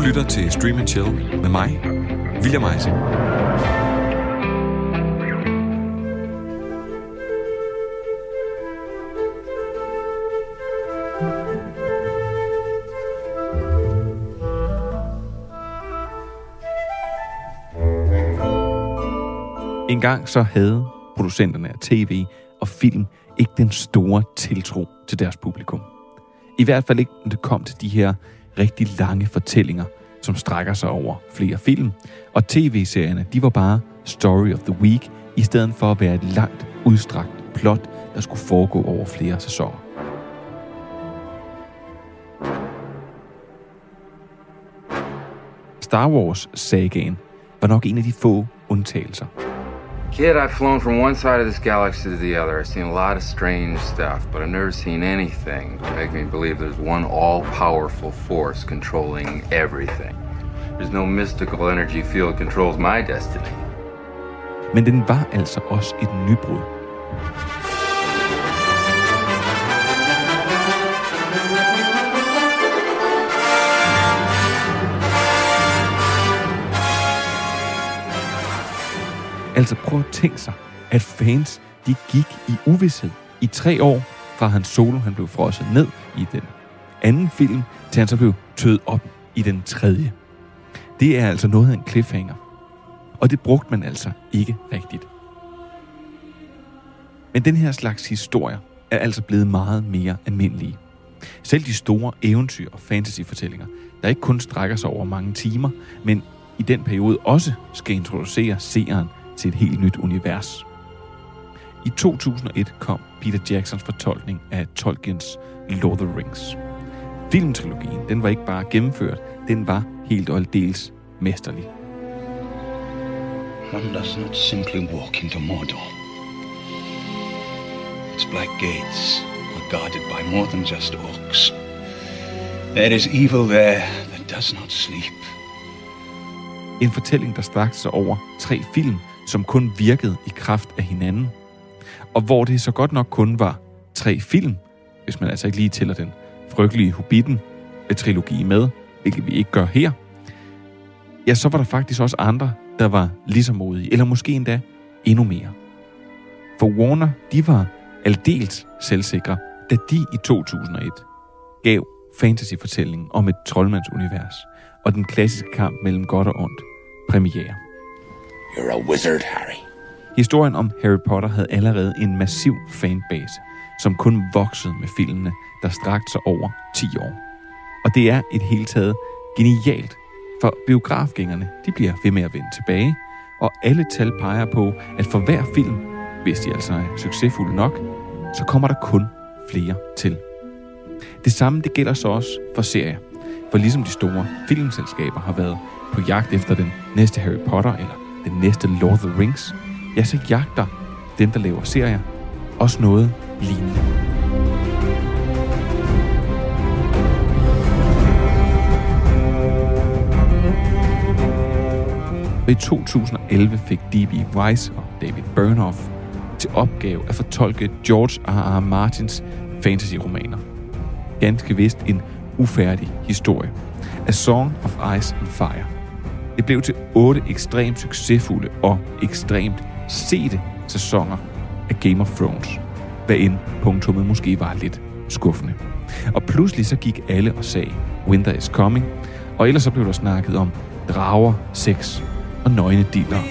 lytter til Stream & Chill med mig, William Eising. En gang så havde producenterne af tv og film ikke den store tiltro til deres publikum. I hvert fald ikke, når det kom til de her rigtig lange fortællinger, som strækker sig over flere film. Og tv-serierne, de var bare story of the week, i stedet for at være et langt, udstrakt plot, der skulle foregå over flere sæsoner. Star Wars-sagaen var nok en af de få undtagelser. Kid, I've flown from one side of this galaxy to the other. I've seen a lot of strange stuff, but I've never seen anything to make me believe there's one all-powerful force controlling everything. There's no mystical energy field controls my destiny. Men den var altså også et nybrud. Altså prøv at tænke sig, at fans de gik i uvished i 3 år, fra Han Solo han blev frosset ned i den anden film, til han så blev tøet op i den tredje. Det er altså noget af en cliffhanger. Og det brugte man altså ikke rigtigt. Men den her slags historier er altså blevet meget mere almindelige. Selv de store eventyr- og fantasyfortællinger, der ikke kun strækker sig over mange timer, men i den periode også skal introducere seeren til et helt nyt univers. I 2001 kom Peter Jacksons fortolkning af Tolkiens Lord of the Rings. Filmtrilogien, den var ikke bare gennemført, den var helt og aldeles mesterlig. One does not simply walk into Mordor. Its black gates are guarded by more than just orcs. There is evil there that does not sleep. En fortælling, der strakte sig over 3 film, som kun virkede i kraft af hinanden. Og hvor det så godt nok kun var 3 film, hvis man altså ikke lige tæller den frygtelige Hobbiten-trilogi med, hvilket vi ikke gør her, ja, så var der faktisk også andre, der var lige så modige, eller måske endda endnu mere. For Warner, de var aldeles selvsikre, da de i 2001 gav fantasyfortællingen om et troldmandsunivers og den klassiske kamp mellem godt og ondt premiere. You're a wizard, Harry. Historien om Harry Potter havde allerede en massiv fanbase, som kun voksede med filmene, der strakte sig over 10 år. Og det er et hele taget genialt, for biografgængerne de bliver ved med at vende tilbage, og alle tal peger på, at for hver film, hvis de altså er succesfulde nok, så kommer der kun flere til. Det samme det gælder så også for serier, for ligesom de store filmselskaber har været på jagt efter den næste Harry Potter eller den næste Lord of the Rings, ja, så jagter dem, der laver serier, også noget lignende. Og i 2011 fik D.B. Weiss og David Bernhoff til opgave at fortolke George R.R. Martins fantasy-romaner. Ganske vist en ufærdig historie. A Song of Ice and Fire. Det blev til 8 ekstremt succesfulde og ekstremt sete sæsoner af Game of Thrones. Hvad end punktummet måske var lidt skuffende. Og pludselig så gik alle og sagde, Winter is coming. Og ellers så blev der snakket om drager, sex og nøgne dealer.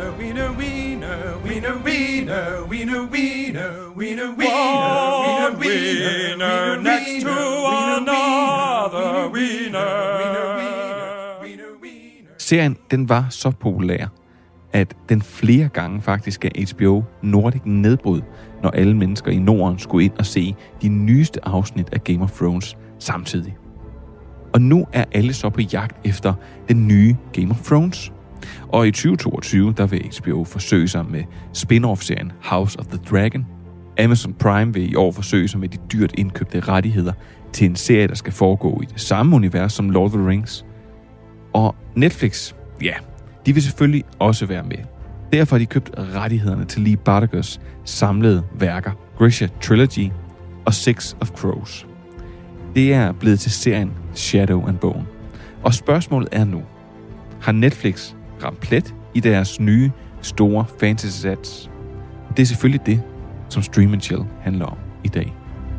Serien, den var så populær, at den flere gange faktisk af HBO Nordic nedbrød, når alle mennesker i Norden skulle ind og se de nyeste afsnit af Game of Thrones samtidig. Og nu er alle så på jagt efter den nye Game of Thrones. Og i 2022, der vil HBO forsøge sig med spin-off-serien House of the Dragon. Amazon Prime vil i år forsøge sig med de dyrt indkøbte rettigheder til en serie, der skal foregå i det samme univers som Lord of the Rings. Og Netflix, ja, de vil selvfølgelig også være med. Derfor har de købt rettighederne til Lee Bardugo's samlede værker, Grisha Trilogy og Six of Crows. Det er blevet til serien Shadow and Bone. Og spørgsmålet er nu, har Netflix ramt plet i deres nye, store fantasy-sats? Det er selvfølgelig det, som Stream & Chill handler om i dag.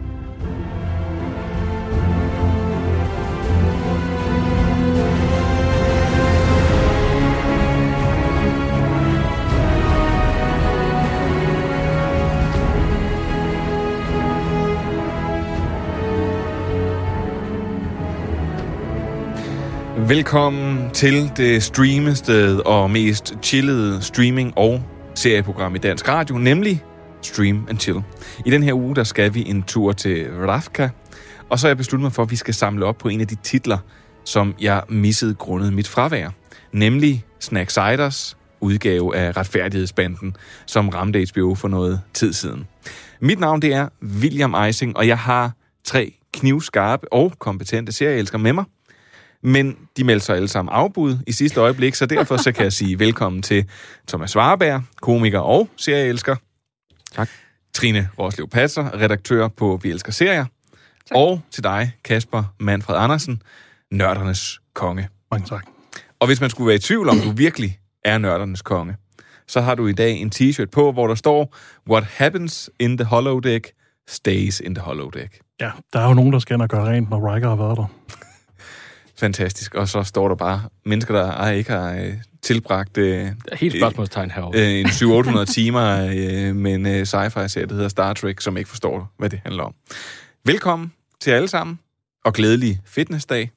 Velkommen til det streamested og mest chillede streaming- og serieprogram i dansk radio, nemlig Stream & Chill. I den her uge, der skal vi en tur til Ravka, og så har jeg besluttet mig for, at vi skal samle op på en af de titler, som jeg missede grundet mit fravær, nemlig Snacksiders udgave af Retfærdighedsbanden, som ramte HBO for noget tid siden. Mit navn, det er William Eising, og jeg har 3 knivskarpe og kompetente serieelskere med mig. Men de melder sig alle sammen afbud i sidste øjeblik, så derfor så kan jeg sige velkommen til Thomas Warberg, komiker og serieelsker. Tak. Trine Roslev Patser, redaktør på Vi Elsker Serier. Tak. Og til dig, Kasper Manfred Andersen, nørdernes konge. Mange tak. Og hvis man skulle være i tvivl om, du virkelig er nørdernes konge, så har du i dag en t-shirt på, hvor der står, What happens in the holodeck stays in the holodeck. Ja, der er jo nogen, der skal ind og gøre rent, når Riker har været der. Fantastisk. Og så står der bare mennesker, der ikke har tilbragt helt spørgsmålstegn herovre. En 700-800 timer med en sci-fi-serie, der hedder Star Trek, som ikke forstår, hvad det handler om. Velkommen til alle sammen, og glædelig fitnessdag.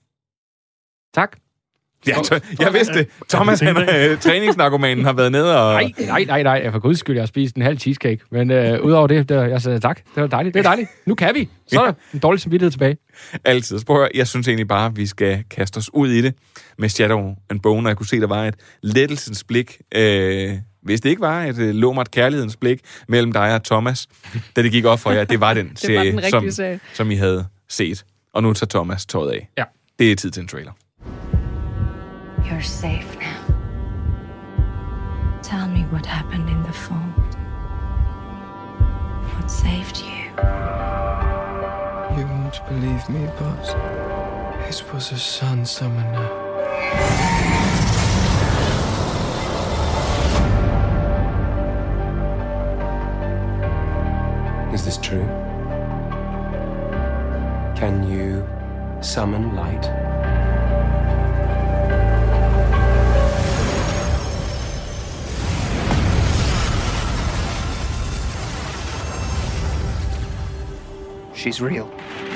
Tak. Ja, jeg vidste det. Thomas, træningsnarkomanen, har været nede og... Nej. For guds skyld, jeg har spist en halv cheesecake. Men udover det, jeg sagde tak. Det var dejligt. Det er dejligt. Nu kan vi. Så er der en dårlig samvittighed tilbage. Altid. Jeg synes egentlig bare, at vi skal kaste os ud i det med Shadow and Bone, og jeg kunne se, der var et lettelsens blik. Hvis det ikke var et lummert kærlighedens blik mellem dig og Thomas, da det gik op for jer, det var den serie, som I havde set. Og nu tager Thomas tøjet af. Ja. Det er tid til en trailer. You're safe now. Tell me what happened in the fold. What saved you? You won't believe me, but it was a sun summoner. Is this true? Can you summon light? She's real.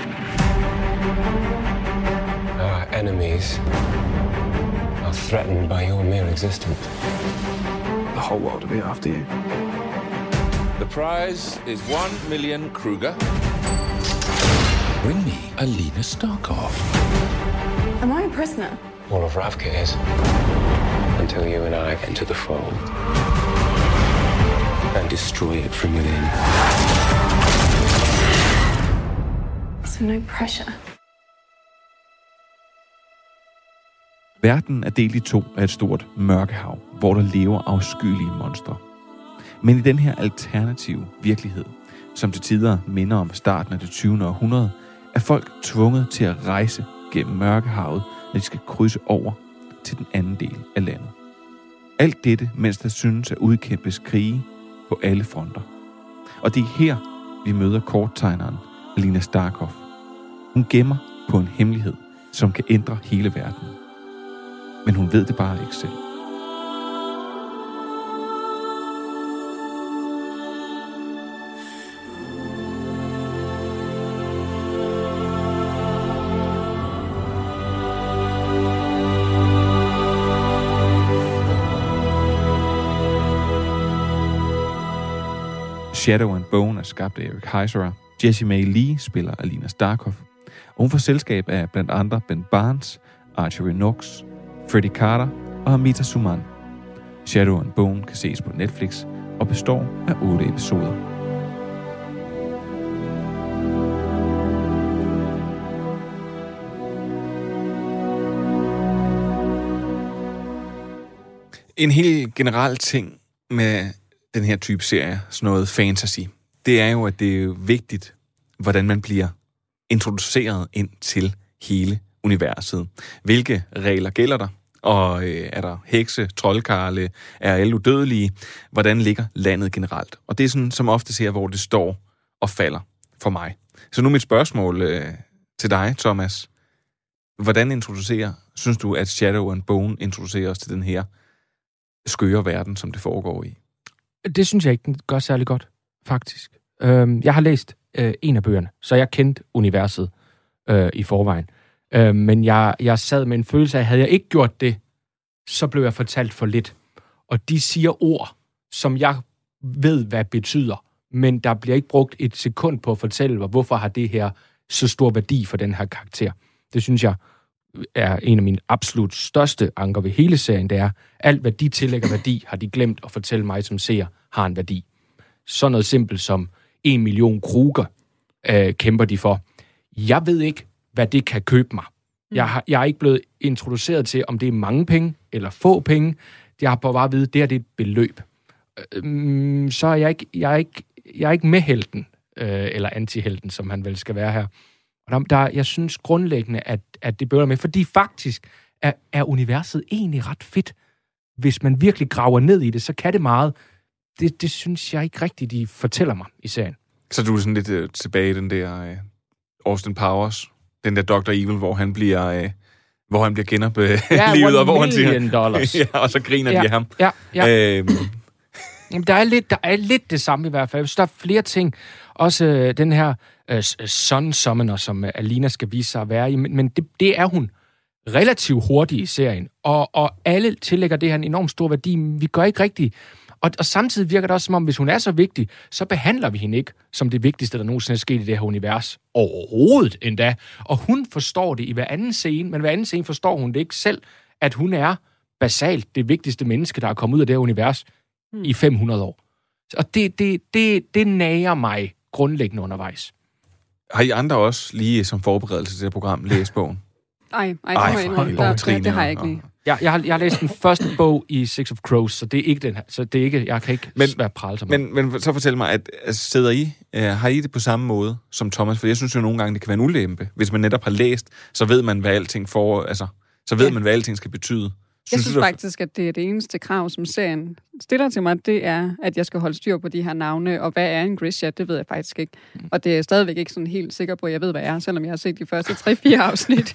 Our enemies are threatened by your mere existence. The whole world will be after you. The prize is 1 million Kruger. Bring me Alina Starkov. Am I a prisoner? All of Ravka is. Until you and I enter the fold. And destroy it from within. So no pressure. Verden er delt i 2 af et stort mørkehav, hvor der lever afskyelige monstre. Men i den her alternative virkelighed, som til tider minder om starten af det 20. århundrede, er folk tvunget til at rejse gennem mørkehavet, når de skal krydse over til den anden del af landet. Alt dette, mens der synes at udkæmpes krige på alle fronter. Og det er her, vi møder korttegneren Alina Starkov. Hun gemmer på en hemmelighed, som kan ændre hele verden. Men hun ved det bare ikke selv. Shadow and Bone er skabt af Eric Heisserer. Jessie May Lee spiller Alina Starkov. Og hun får selskab af blandt andre Ben Barnes, Archery Knox, Freddie Carter og Amita Suman. Shadow and Bone kan ses på Netflix og består af 8 episoder. En helt generel ting med den her type serie, sådan noget fantasy, det er jo, at det er vigtigt, hvordan man bliver introduceret ind til hele universet. Hvilke regler gælder der? Og er der hekse, troldkarle, er alle udødelige? Hvordan ligger landet generelt? Og det er sådan som ofte her, hvor det står og falder for mig. Så nu mit spørgsmål til dig, Thomas. Hvordan synes du, at Shadow and Bone introducerer os til den her skøre verden, som det foregår i? Det synes jeg ikke, den gør særlig godt, faktisk. Jeg har læst en af bøgerne, så jeg kendte universet i forvejen. Men jeg sad med en følelse af, at havde jeg ikke gjort det, så blev jeg fortalt for lidt. Og de siger ord, som jeg ved, hvad betyder, men der bliver ikke brugt et sekund på at fortælle mig, hvorfor har det her så stor værdi for den her karakter. Det synes jeg er en af mine absolut største anker ved hele serien, det er, alt hvad de tillægger værdi, har de glemt at fortælle mig som seer, har en værdi. Så noget simpelt som 1 million kruger kæmper de for. Jeg ved ikke, hvad det kan købe mig. Jeg er ikke blevet introduceret til, om det er mange penge eller få penge. Jeg har bare at vide, det er et beløb. Så er jeg er ikke med helten, eller antihelten, som han vel skal være her. Og jeg synes grundlæggende, at det bøger med, fordi faktisk er universet egentlig ret fedt. Hvis man virkelig graver ned i det, så kan det meget. Det synes jeg ikke rigtigt, de fortæller mig i serien. Så du er sådan lidt tilbage i den der Austin Powers, den der Dr. Evil, hvor han bliver genoplivet, og hvor han siger, ja, og så griner de af ham. Ja. Der er lidt det samme i hvert fald. Der er flere ting. Også den her Sun Summoner, som Alina skal vise sig at være i, men det er hun relativt hurtigt i serien. Og alle tillægger det her en enormt stor værdi. Vi gør ikke rigtigt. Og samtidig virker det også som om, hvis hun er så vigtig, så behandler vi hende ikke som det vigtigste, der nogensinde er sket i det her univers. Overhovedet endda. Og hun forstår det i hver anden scene, men hver anden scene forstår hun det ikke selv, at hun er basalt det vigtigste menneske, der er kommet ud af det her univers i 500 år. Og det nager mig grundlæggende undervejs. Har I andre også lige som forberedelse til det program læst bogen? Nej, det har jeg ikke lige. Jeg har læst den første bog i Six of Crows, så det er ikke den her. Så det er ikke, jeg kan ikke være prale som men så fortæl mig, at sidder I, har I det på samme måde som Thomas? For jeg synes jo nogle gange, det kan være en ulempe. Hvis man netop har læst, så ved man, hvad alting man, hvad alting skal betyde. Jeg synes faktisk, at det er det eneste krav, som serien stiller til mig, det er, at jeg skal holde styr på de her navne, og hvad er en Grisha, det ved jeg faktisk ikke. Og det er jeg stadigvæk ikke sådan helt sikker på, at jeg ved, hvad jeg er, selvom jeg har set de første 3-4 afsnit.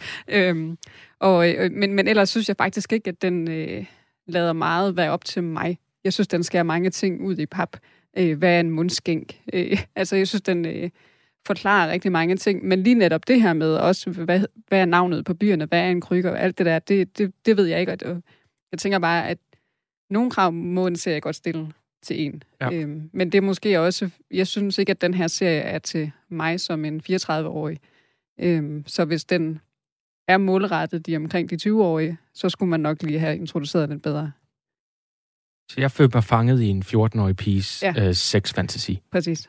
Men ellers synes jeg faktisk ikke, at den lader meget være op til mig. Jeg synes, den skærer mange ting ud i pap. Hvad er en mundskænk? Jeg synes, den forklarer rigtig mange ting, men lige netop det her med også, hvad er navnet på byerne, hvad er en krykker, og alt det der, det ved jeg ikke. Og jeg tænker bare, at nogle krav må en serie godt stille til en. Ja. Men det er måske også, jeg synes ikke, at den her serie er til mig som en 34-årig. Så hvis den er målrettet de omkring de 20-årige, så skulle man nok lige have introduceret den bedre. Så jeg følte mig fanget i en 14-årig piges sexfantasi. Præcis.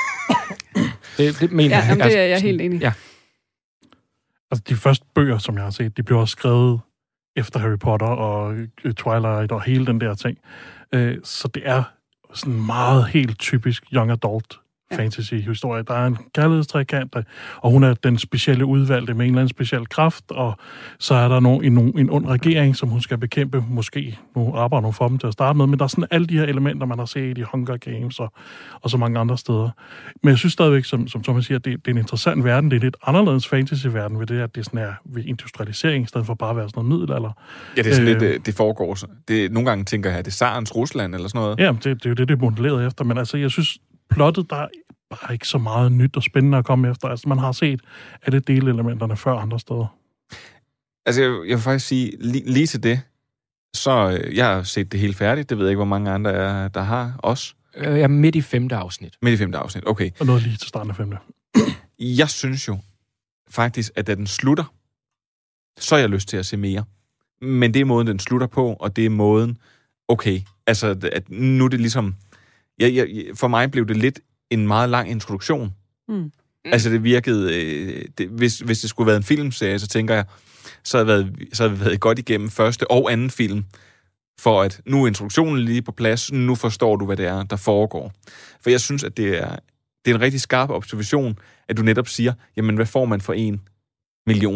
Det mener jeg. Det er jeg helt enig i. Ja. Altså, de første bøger, som jeg har set, de blev også skrevet efter Harry Potter og Twilight og hele den der ting. Så det er sådan meget helt typisk young adult fantasy-historie. Der er en kærlighedstrekant, og hun er den specielle udvalgte med en eller anden speciel kraft, og så er der en ond regering, som hun skal bekæmpe. Måske nu arbejder hun for dem til at starte med, men der er sådan alle de her elementer, man har set i Hunger Games og så mange andre steder. Men jeg synes stadigvæk, som Thomas siger, det er en interessant verden. Det er lidt anderledes fantasy-verden ved det, at det sådan er ved industrialisering, i stedet for bare at være sådan noget middelalder. Ja, det er sådan lidt, det foregår. Nogle gange tænker jeg, at det er Tsarens Rusland eller sådan noget. Ja, det er jo det er modelleret efter, men altså, jeg synes, plottet, der er bare ikke så meget nyt og spændende at komme efter. Altså, man har set alle delelementerne før andre steder. Altså, jeg vil faktisk sige, lige til det, så jeg har set det helt færdigt. Det ved jeg ikke, hvor mange andre er, der har også. Jeg er midt i 5. afsnit. Midt i 5. afsnit, okay. Og noget lige til starten af 5. Jeg synes jo faktisk, at da den slutter, så har jeg lyst til at se mere. Men det er måden, den slutter på, og det er måden, okay, altså, at nu er det ligesom... for mig blev det lidt en meget lang introduktion. Altså, det virkede... Hvis det skulle have været en filmserie, så tænker jeg, så havde vi været godt igennem første og anden film, for at nu er introduktionen lige på plads, nu forstår du, hvad det er, der foregår. For jeg synes, at det er en rigtig skarp observation, at du netop siger, jamen, hvad får man for 1 million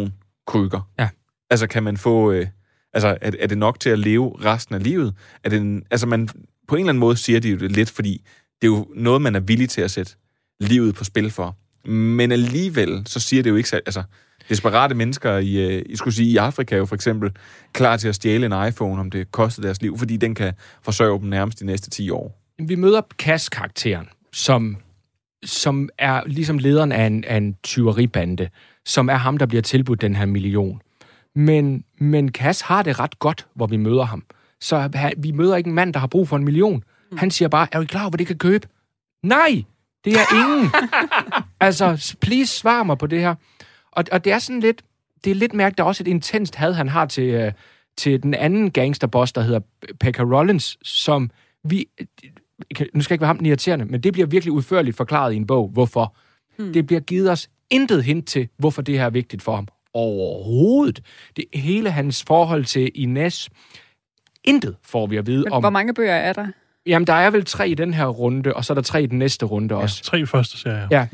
krykker. Ja. Altså, kan man få... altså, er det nok til at leve resten af livet? Man, på en eller anden måde siger de jo det lidt, fordi det er jo noget, man er villig til at sætte livet på spil for. Men alligevel, så siger det jo ikke... Altså, desperate mennesker i Afrika jo for eksempel klar til at stjæle en iPhone, om det koster deres liv, fordi den kan forsørge dem nærmest de næste 10 år. Vi møder Cass-karakteren, som er ligesom lederen af en tyveribande, som er ham, der bliver tilbudt den her million. Men Cass har det ret godt, hvor vi møder ham. Så vi møder ikke en mand, der har brug for 1 million. Han siger bare, er du klar over, hvad det kan købe? Nej, det er ingen. Altså, please svar mig på det her. Og det er sådan lidt, det er lidt mærkeligt, der er også et intenst had, han har til den anden gangsterboss, der hedder Pekka Rollins, som vi... Nu skal ikke være ham den irriterende, men det bliver virkelig udførligt forklaret i en bog, hvorfor. Det bliver givet os intet hint til, hvorfor det her er vigtigt for ham. Overhovedet. Det hele hans forhold til Ines, intet får vi at vide om. Hvor mange bøger er der? Jamen, der er vel 3 i den her runde, og så er der 3 i den næste runde også. 3 første serier. Ja.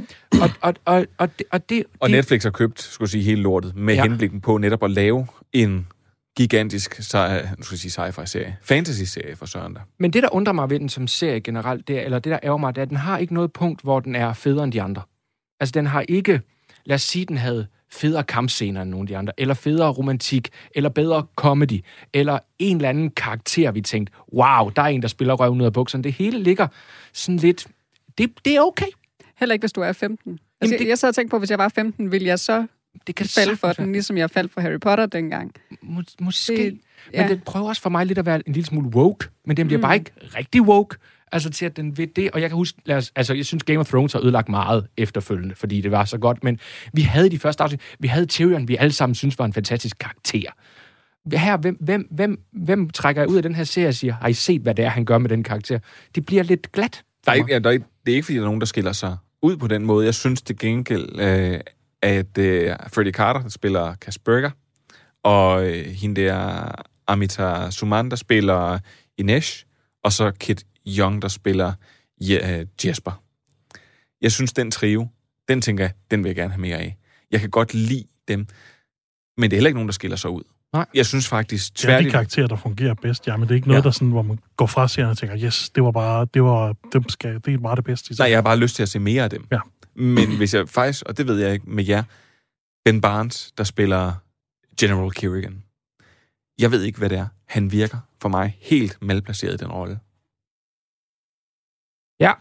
Og Netflix har købt, skulle jeg sige, hele lortet, med henblikken på netop at lave en gigantisk sci-fi-serie. Fantasy-serie for søren der. Men det, der undrer mig ved den som serie generelt, det der ærger mig, det er, at den har ikke noget punkt, hvor den er federe end de andre. Altså, den har ikke... Lad os sige, den havde federe kampscener end nogle af de andre, eller federe romantik, eller bedre comedy, eller en eller anden karakter, vi tænkte, wow, der er en, der spiller røven ud af bukserne. Det hele ligger sådan lidt... Det er okay. Heller ikke, hvis du er 15. Altså, jeg sad og tænkte på, hvis jeg var 15, ville jeg så falde for den, ligesom jeg faldt for Harry Potter dengang. Måske. Men det prøver også for mig lidt at være en lille smule woke, men den bliver bare ikke rigtig woke. Altså til, at den ved det. Og jeg kan huske, jeg synes, Game of Thrones har ødelagt meget efterfølgende, fordi det var så godt. Men vi havde de første afsnit, vi havde Tyrion, vi alle sammen synes var en fantastisk karakter. Her, hvem trækker ud af den her serie og siger, har I set, hvad det er, han gør med den karakter? Det bliver lidt glat. Det er ikke, fordi der er nogen, der skiller sig ud på den måde. Jeg synes til gengæld, at Freddie Carter, der spiller Cass Burger, og hende der Amita Suman, der spiller Ines, og så Kit Young, der spiller Jesper. Jeg synes, den trio, den tænker jeg, den vil jeg gerne have mere af. Jeg kan godt lide dem, men det er heller ikke nogen, der skiller sig ud. Nej. Jeg synes faktisk... Det er de karakterer, der fungerer bedst, men det er ikke noget, der sådan, hvor man går fra serien og tænker, yes, det er bare det bedste. Nej, jeg har bare lyst til at se mere af dem. Ja. Men hvis jeg faktisk, og det ved jeg ikke med jer, Ben Barnes, der spiller General Kerrigan. Jeg ved ikke, hvad det er. Han virker for mig helt malplaceret i den rolle. Ja.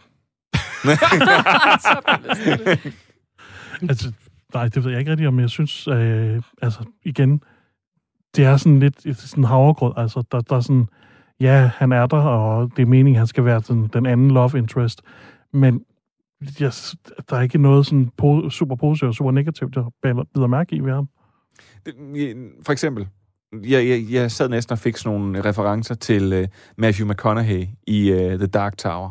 Altså, nej, det ved jeg ikke rigtig om, jeg synes, igen, det er sådan lidt sådan havregrød, altså, der er sådan, ja, han er der, og det er meningen, han skal være den anden love interest, men der er ikke noget sådan super positivt og super negativt, jeg bider mærke i ved ham. For eksempel, jeg sad næsten og fik sådan nogle referencer til Matthew McConaughey i The Dark Tower,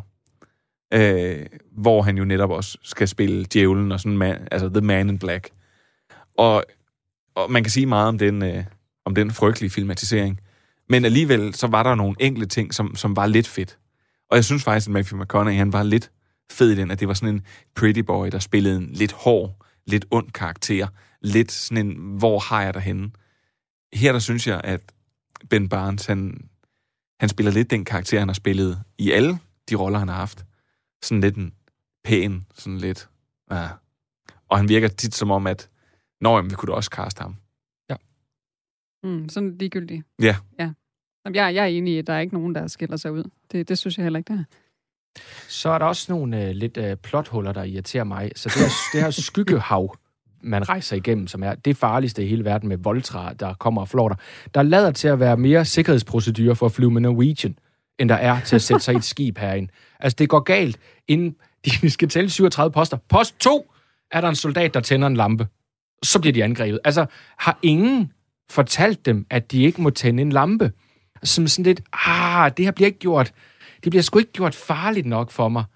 hvor han jo netop også skal spille djævlen og sådan altså The Man in Black. Og man kan sige meget om den frygtelige filmatisering, men alligevel så var der nogle enkelte ting, som var lidt fedt. Og jeg synes faktisk, at Matthew McConaughey, han var lidt fed i den, at det var sådan en pretty boy, der spillede en lidt hård, lidt ond karakter. Lidt sådan en, hvor har jeg derhenne? Her der synes jeg, at Ben Barnes, han spiller lidt den karakter, han har spillet i alle de roller, han har haft. Sådan lidt en pæn, sådan lidt... Ja. Og han virker tit som om, at vi kunne da også kaste ham. Ja. Sådan ligegyldigt. Ja. Jeg er enig i, at der er ikke nogen, der skiller sig ud. Det synes jeg heller ikke, der er. Så er der også nogle lidt plothuller, der irriterer mig. Så det her skyggehav, man rejser igennem, som er det farligste i hele verden med Voltra, der kommer og flår der lader til at være mere sikkerhedsprocedurer for at flyve med Norwegian, end der er til at sætte sig i et skib herinde. Altså, det går galt, inden de skal tælle 37 poster. Post 2 er der en soldat, der tænder en lampe. Så bliver de angrebet. Altså, har ingen fortalt dem, at de ikke må tænde en lampe? Som sådan lidt, det her bliver ikke gjort... Det bliver sgu ikke gjort farligt nok for mig.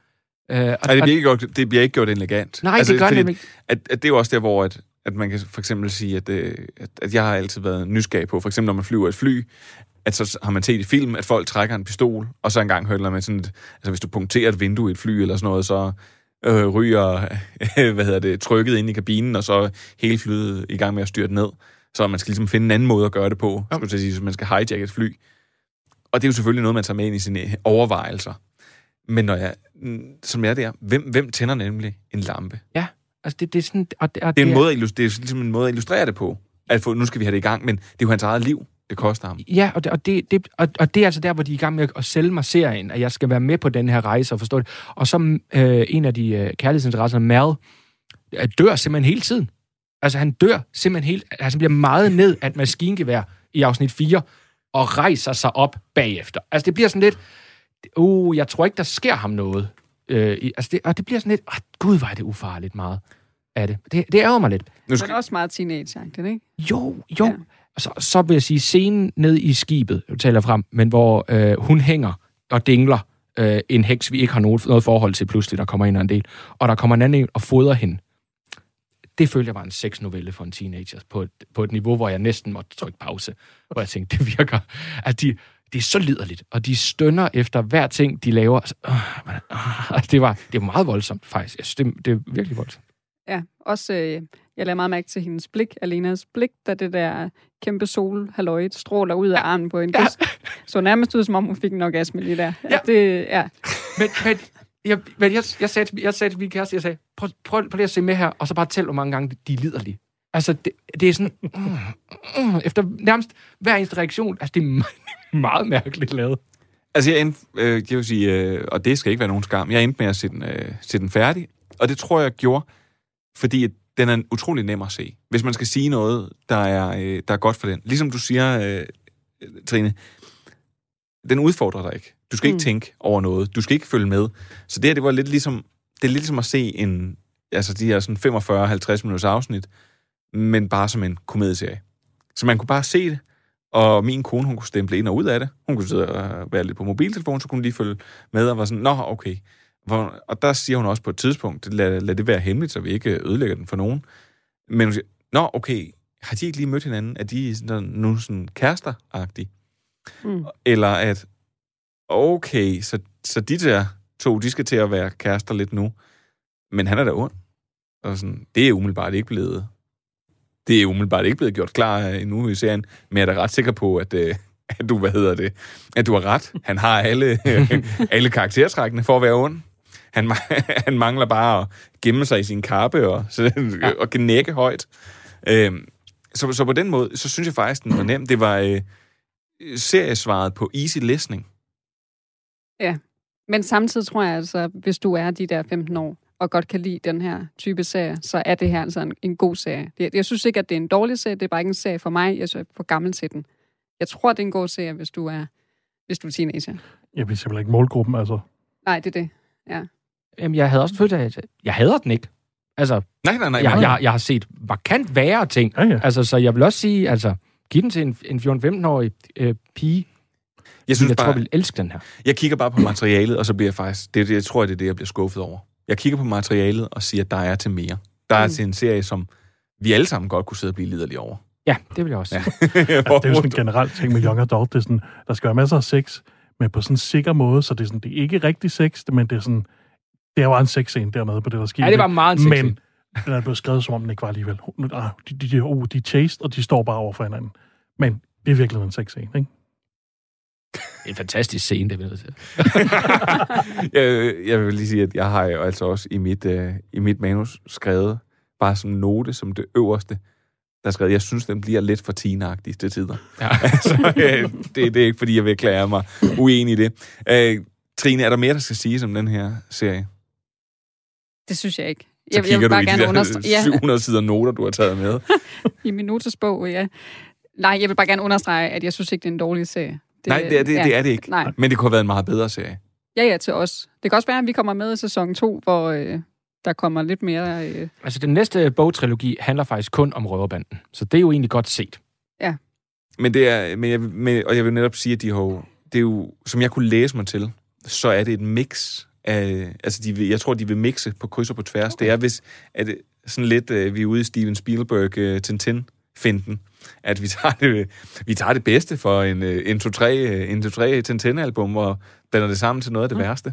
Det bliver ikke gjort elegant. Nej, altså, det gør det ikke. At det er jo også der, hvor at man kan for eksempel sige, at jeg har altid været nysgerrig på, for eksempel når man flyver et fly, at så har man set i film, at folk trækker en pistol, og så engang hører man sådan, altså hvis du punkterer et vindue i et fly eller sådan noget, så ryger trykket ind i kabinen, og så hele flyet i gang med at styrte ned. Så man skal ligesom finde en anden måde at gøre det på, skulle jeg sige, så man skal hijack et fly. Og det er jo selvfølgelig noget, man tager med ind i sine overvejelser. Men når jeg, som jeg der, hvem tænder nemlig en lampe? Ja, altså det er sådan... Det er ligesom en måde at illustrere det på. At nu skal vi have det i gang, men det er jo hans eget liv, det koster ham. Ja, og det er altså der, hvor de er i gang med at sælge mig serien, at jeg skal være med på den her rejse og forstå det. Og så en af de kærlighedsinteresser, Mal, dør simpelthen hele tiden. Altså han dør simpelthen helt... Altså han bliver meget ned af et maskingevær i afsnit 4, og rejser sig op bagefter. Altså det bliver sådan lidt... jeg tror ikke, der sker ham noget. Det bliver sådan lidt... Gud, hvor er det ufarligt meget af det. Det ærger mig lidt. Men også meget teenage-agtigt, ikke? Jo. Ja. Så vil jeg sige, scenen ned i skibet, jeg taler frem, men hvor hun hænger og dingler en heks, vi ikke har noget forhold til pludselig, der kommer ind en del, og der kommer en anden og fodrer hende. Det følte jeg var en sexnovelle for en teenager, på et niveau, hvor jeg næsten måtte trykke pause, hvor jeg tænkte, det virker... Altså, det er så liderligt, og de stønner efter hver ting, de laver. Altså, det er meget voldsomt, faktisk. Jeg synes, det er virkelig voldsomt. Ja, også... Jeg lader meget mærke til hendes blik, Alenas blik, da det der kæmpe solhalløj stråler ud af armen på en kyst. Ja. Så nærmest ud, som om hun fik en orgasme lige der. Ja. Men jeg sagde til min kæreste, jeg sagde, prøv lige at se med her, og så bare tæl, hvor mange gange de er liderlige. Altså, det er sådan... efter nærmest hver eneste reaktion, altså, det er meget mærkeligt lavet. Altså, jeg vil sige, og det skal ikke være nogen skam, jeg endte med at se den færdig, og det tror jeg gjorde, fordi den er utrolig nem at se. Hvis man skal sige noget, der er godt for den. Ligesom du siger, Trine, den udfordrer dig ikke. Du skal ikke tænke over noget. Du skal ikke følge med. Så det var lidt ligesom, det er lidt ligesom at se de her sådan 45-50 minutters afsnit, men bare som en komedieserie. Så man kunne bare se det, og min kone, hun kunne stemple ind og ud af det. Hun kunne sidde og være lidt på mobiltelefon, så kunne hun lige følge med og var sådan, nå, okay. Og der siger hun også på et tidspunkt, lad det være hemmeligt, så vi ikke ødelægger den for nogen. Men hun siger, nå, okay, har de ikke lige mødt hinanden? Er de nu sådan kærester-agtige? Eller at, okay, så de der to, de skal til at være kærester lidt nu, men han er da ond. Og sådan, det er umiddelbart ikke blevet gjort klar endnu i serien, men jeg er da ret sikker på, at du har ret. Han har alle karaktertrækkene for at være ond. Han mangler bare at gemme sig i sin kappe og gnække højt. Så på den måde, så synes jeg faktisk, den var nem. Det var seriesvaret på easy listening. Ja, men samtidig tror jeg altså, hvis du er de der 15 år, og godt kan lide den her type serie, så er det her altså en god serie. Jeg synes ikke, at det er en dårlig serie, det er bare ikke en serie for mig. Jeg er for gammel til den. Jeg tror, det er en god serie, hvis du er teenager. Jeg vil simpelthen ikke målgruppen, altså. Nej, det er det, ja. Jamen, jeg havde også følt, at jeg hader den ikke. Altså, nej. Jeg har set markant værre ting. Ja. Altså, så jeg vil også sige, altså, giv den til en 14-15-årig pige. Jeg tror, jeg vil elske den her. Jeg kigger bare på materialet, og så bliver jeg faktisk... Jeg tror, det er det, jeg bliver skuffet over. Jeg kigger på materialet og siger, at der er til mere. Der er til en serie, som vi alle sammen godt kunne sidde og blive liderlige over. Ja, det vil jeg også. Ja. Det er jo sådan en generel ting med young adult. Det er sådan, der skal være masser af sex, men på sådan en sikker måde, så det er, sådan, det er ikke rigtig sex, men det er sådan... Det var en sexscene dernede på det, der skete. Ja, det var meget en sexscene. Men den er blevet skrevet, som om den ikke var alligevel. De er chased, og de står bare over for hinanden. Men det er virkelig en sexscene, ikke? En fantastisk scene, det vil jeg sige. Jeg vil lige sige, at jeg har jo altså også i mit manus skrevet, bare som note, som det øverste, der skrevet, jeg synes, den bliver lidt for teenagtig til tider. Ja. Altså, det er ikke, fordi jeg vil erklære mig uenig i det. Trine, er der mere, der skal sige om den her serie? Det synes jeg ikke. Så kigger vil bare du i de 700 sider noter, du har taget med. I min notesbog, ja. Nej, jeg vil bare gerne understrege, at jeg synes ikke, det er en dårlig serie. Nej, det er det ikke. Nej. Men det kunne have været en meget bedre serie. Ja, til os. Det kan også være, at vi kommer med i sæson 2, hvor der kommer lidt mere... Altså, den næste bogtrilogi handler faktisk kun om Røverbanden. Så det er jo egentlig godt set. Ja. Men det er... og jeg vil netop sige, at det er jo... Som jeg kunne læse mig til, så er det et mix af... Altså, jeg tror, de vil mixe på kryds og på tværs. Okay. Det er, hvis... At sådan lidt... vi er ude i Steven Spielberg Tintin-finden. At vi tager det bedste for en 2-3 Tintin-album og blander det sammen til noget af det værste.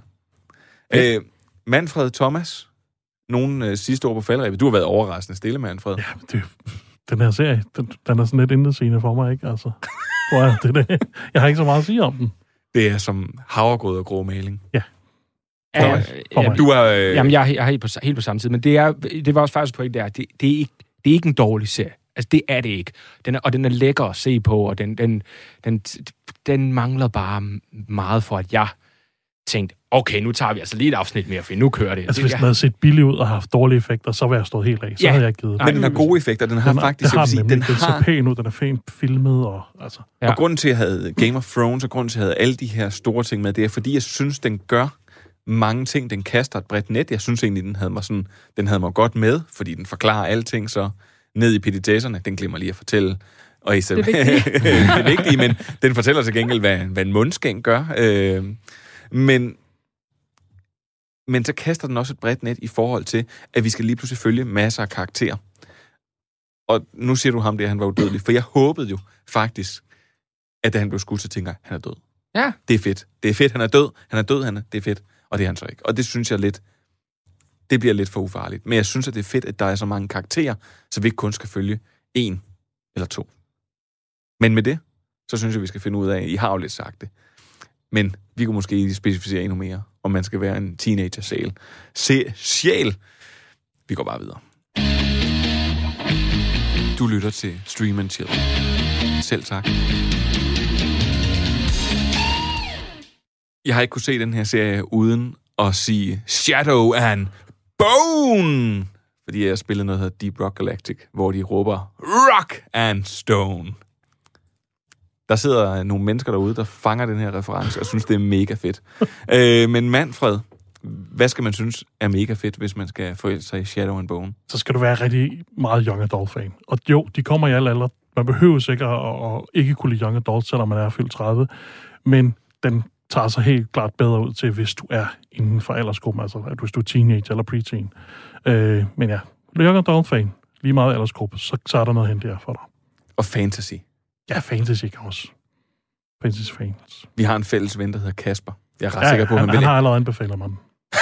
Manfred Thomas, nogle sidste ord på faldrebet. Du har været overraskende stille, Manfred. Ja, den her serie, den er sådan lidt intetsigende for mig, ikke? Altså, jeg har ikke så meget at sige om den. Det er som havregrød og grå maling. Ja. Du er... Jamen, jeg er helt på samme tid, men det var også faktisk på, det er ikke en dårlig serie. Altså, det er det ikke. Den er lækker at se på, og den mangler bare meget for, at jeg tænkte, okay, nu tager vi altså lige et afsnit mere, for nu kører det. Altså, hvis den havde set billig ud og haft dårlige effekter, så var jeg stået helt af. Så havde jeg givet. Men den har gode effekter. Den har faktisk... Den ser pæn ud, den er fint filmet. Og grunden til, at jeg havde Game of Thrones, og grunden til, at jeg havde alle de her store ting med, det er, fordi jeg synes, den gør mange ting. Den kaster et bredt net. Jeg synes egentlig, den havde mig godt med, fordi den forklarer alting, så ned i petitesserne. Den glemmer lige at fortælle. Og det er vigtigt, men den fortæller til gengæld, hvad en mundskænk gør. Men så kaster den også et bredt net i forhold til, at vi skal lige pludselig følge masser af karakterer. Og nu siger du ham det, at han var udødelig, for jeg håbede jo faktisk, at da han blev skudt, så tænker jeg, han er død. Ja. Det er fedt. Det er fedt, han er død. Det er fedt. Og det er han så ikke. Og det synes jeg det bliver lidt for ufarligt. Men jeg synes, at det er fedt, at der er så mange karakterer, så vi ikke kun skal følge 1 eller 2. Men med det, så synes jeg, vi skal finde ud af, I har jo lidt sagt det, men vi kunne måske specificere endnu mere, om man skal være en teenager-sjæl. Vi går bare videre. Du lytter til Stream and Chill. Selv tak. Jeg har ikke kunne se den her serie uden at sige Shadow and Bone, fordi jeg spillede noget, der hedder Deep Rock Galactic, hvor de råber Rock and Stone. Der sidder nogle mennesker derude, der fanger den her reference, og synes, det er mega fedt. Men Manfred, hvad skal man synes er mega fedt, hvis man skal forelske sig i Shadow and Bone? Så skal du være rigtig meget young adult-fan. Og jo, de kommer i alle aldre. Man behøver sikkert at ikke kunne lide young adult, selvom man er fyldt 30. Men den tager sig helt klart bedre ud til, hvis du er inden for aldersgruppen, altså at hvis du er teenage eller preteen. Men ja, young adult-fan, lige meget aldersgruppe, så er der noget hen der for dig. Og fantasy. Ja, fantasy kan også. Fantasy-fans. Vi har en fælles ven, der hedder Kasper. Jeg er ret sikker på, han har allerede anbefalet mig.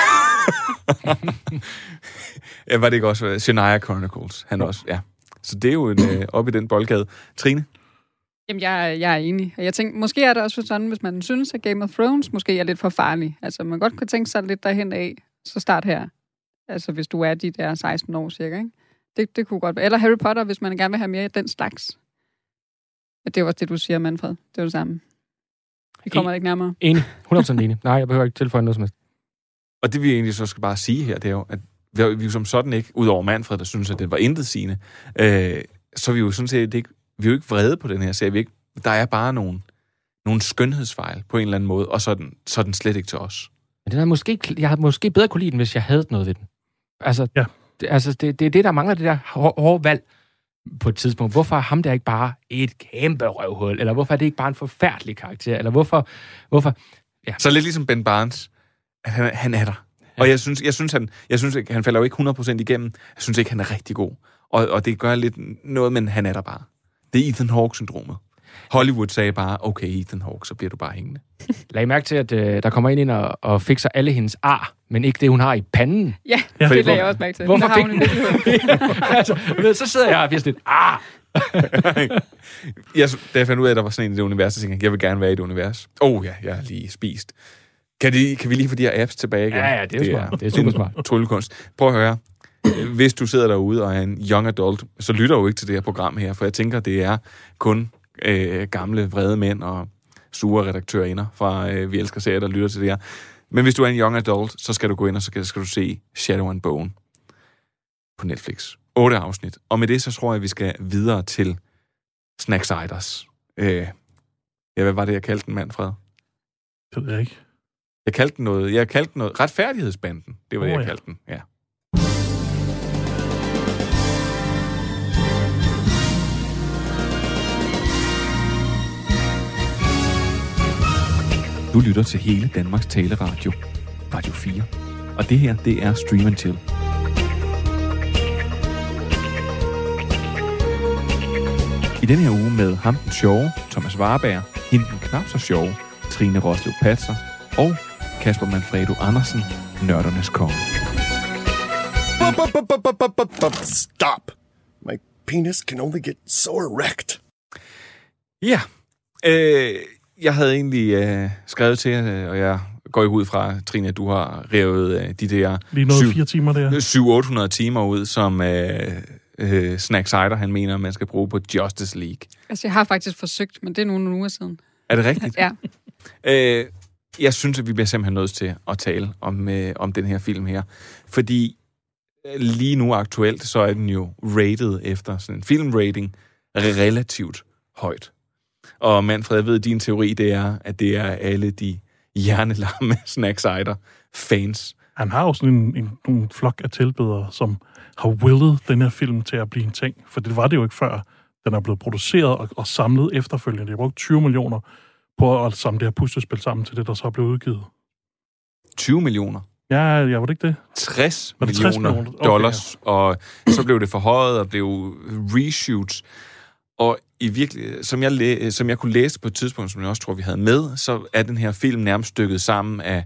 Ja, var det ikke også Shania Chronicles? Han også, ja. Så det er jo op i den boldgade. Trine? Jamen, jeg er enig. Jeg tænkte, måske er det også sådan, hvis man synes, at Game of Thrones måske er lidt for farlig. Altså, man godt kunne tænke sig lidt derhen af, så start her. Altså, hvis du er de der 16 år cirka, ikke? Det kunne godt være. Eller Harry Potter, hvis man gerne vil have mere af den slags. Ja, det var også det, du siger, Manfred. Det er det samme. Vi kommer ikke nærmere. Enig. 100% enig. Nej, jeg behøver ikke tilføje noget som helst. Og det vi egentlig så skal bare sige her, det er jo, at vi jo som sådan ikke, udover Manfred, der synes, at det var intetsigende, så er vi jo sådan set ikke, vi er jo ikke vrede på den her serie. Der er bare nogle skønhedsfejl på en eller anden måde, og så er den slet ikke til os. Men jeg havde måske bedre kunne lide den, hvis jeg havde noget ved den. Altså, ja. Det er det, der mangler, det der hårde valg på et tidspunkt. Hvorfor er ham der ikke bare et kæmpe røvhul? Eller hvorfor er det ikke bare en forfærdelig karakter? Eller hvorfor ja. Så lidt ligesom Ben Barnes, at han er der. Ja. Og jeg synes ikke, han falder jo ikke 100% igennem. Jeg synes ikke, han er rigtig god. Og det gør lidt noget, men han er der bare. Det er Ethan Hawke-syndromet. Hollywood sagde bare, okay, Ethan Hawke, så bliver du bare hængende. Lag mærke til, at der kommer ind og fikser alle hendes ar, men ikke det, hun har i panden. Ja, det lagde jeg også mærke til. Hvorfor fik hun det? Så sidder jeg og bliver sådan Da jeg fandt ud af, at der var sådan en i det univers, så tænkte jeg vil gerne være i det univers. Ja, jeg har lige spist. Kan vi lige få de her apps tilbage igen? Ja, det er jo smart. Det er super smart. Tryllekunst. Prøv at høre. Hvis du sidder derude og er en young adult, så lytter du ikke til det her program her, for jeg tænker, det er kun gamle, vrede mænd og sure redaktørinder fra Vi Elsker Serier, der lytter til det her. Men hvis du er en young adult, så skal du gå ind, og så skal du se Shadow and Bone på Netflix. 8 afsnit. Og med det, så tror jeg, vi skal videre til Snacksiders. Hvad var det, jeg kaldte den, Manfred? Det ved jeg ikke. Jeg kaldte den noget retfærdighedsbanden. Det var det, jeg kaldte den, ja. Du lytter til hele Danmarks taleradio, Radio 4. Og det her, det er Stream and Chill. I denne her uge med ham den sjove, Thomas Warberg, hende den knap så sjove, Trine Roslev Patser og Kasper Manfredo Andersen, nørdernes konge. Stop! My penis can only get so erect. Ja. Jeg havde egentlig skrevet til, og jeg går ikke ud fra, Trine, at du har revet de der... Lige noget 4 timer der. 700-800 timer ud, som Snack Cider, han mener, man skal bruge på Justice League. Altså, jeg har faktisk forsøgt, men det er nogle uger siden. Er det rigtigt? Ja. Jeg synes, at vi bliver simpelthen nødt til at tale om den her film her. Fordi lige nu aktuelt, så er den jo rated efter sådan en filmrating relativt højt. Og Manfred, jeg ved, din teori, det er, at det er alle de hjernelamme Snack Cider fans. Han har jo sådan en flok af tilbedere, som har willet den her film til at blive en ting. For det var det jo ikke før. Den er blevet produceret og samlet efterfølgende. De har brugt 20 millioner på at samle det her puslespil sammen til det, der så er blevet udgivet. 20 millioner? Ja, var det ikke det? 60 millioner dollars, okay, ja. Og så blev det forhøjet og blev reshoots. Og i virkelig, som jeg kunne læse på et tidspunkt, som jeg også tror, vi havde med, så er den her film nærmest stykket sammen af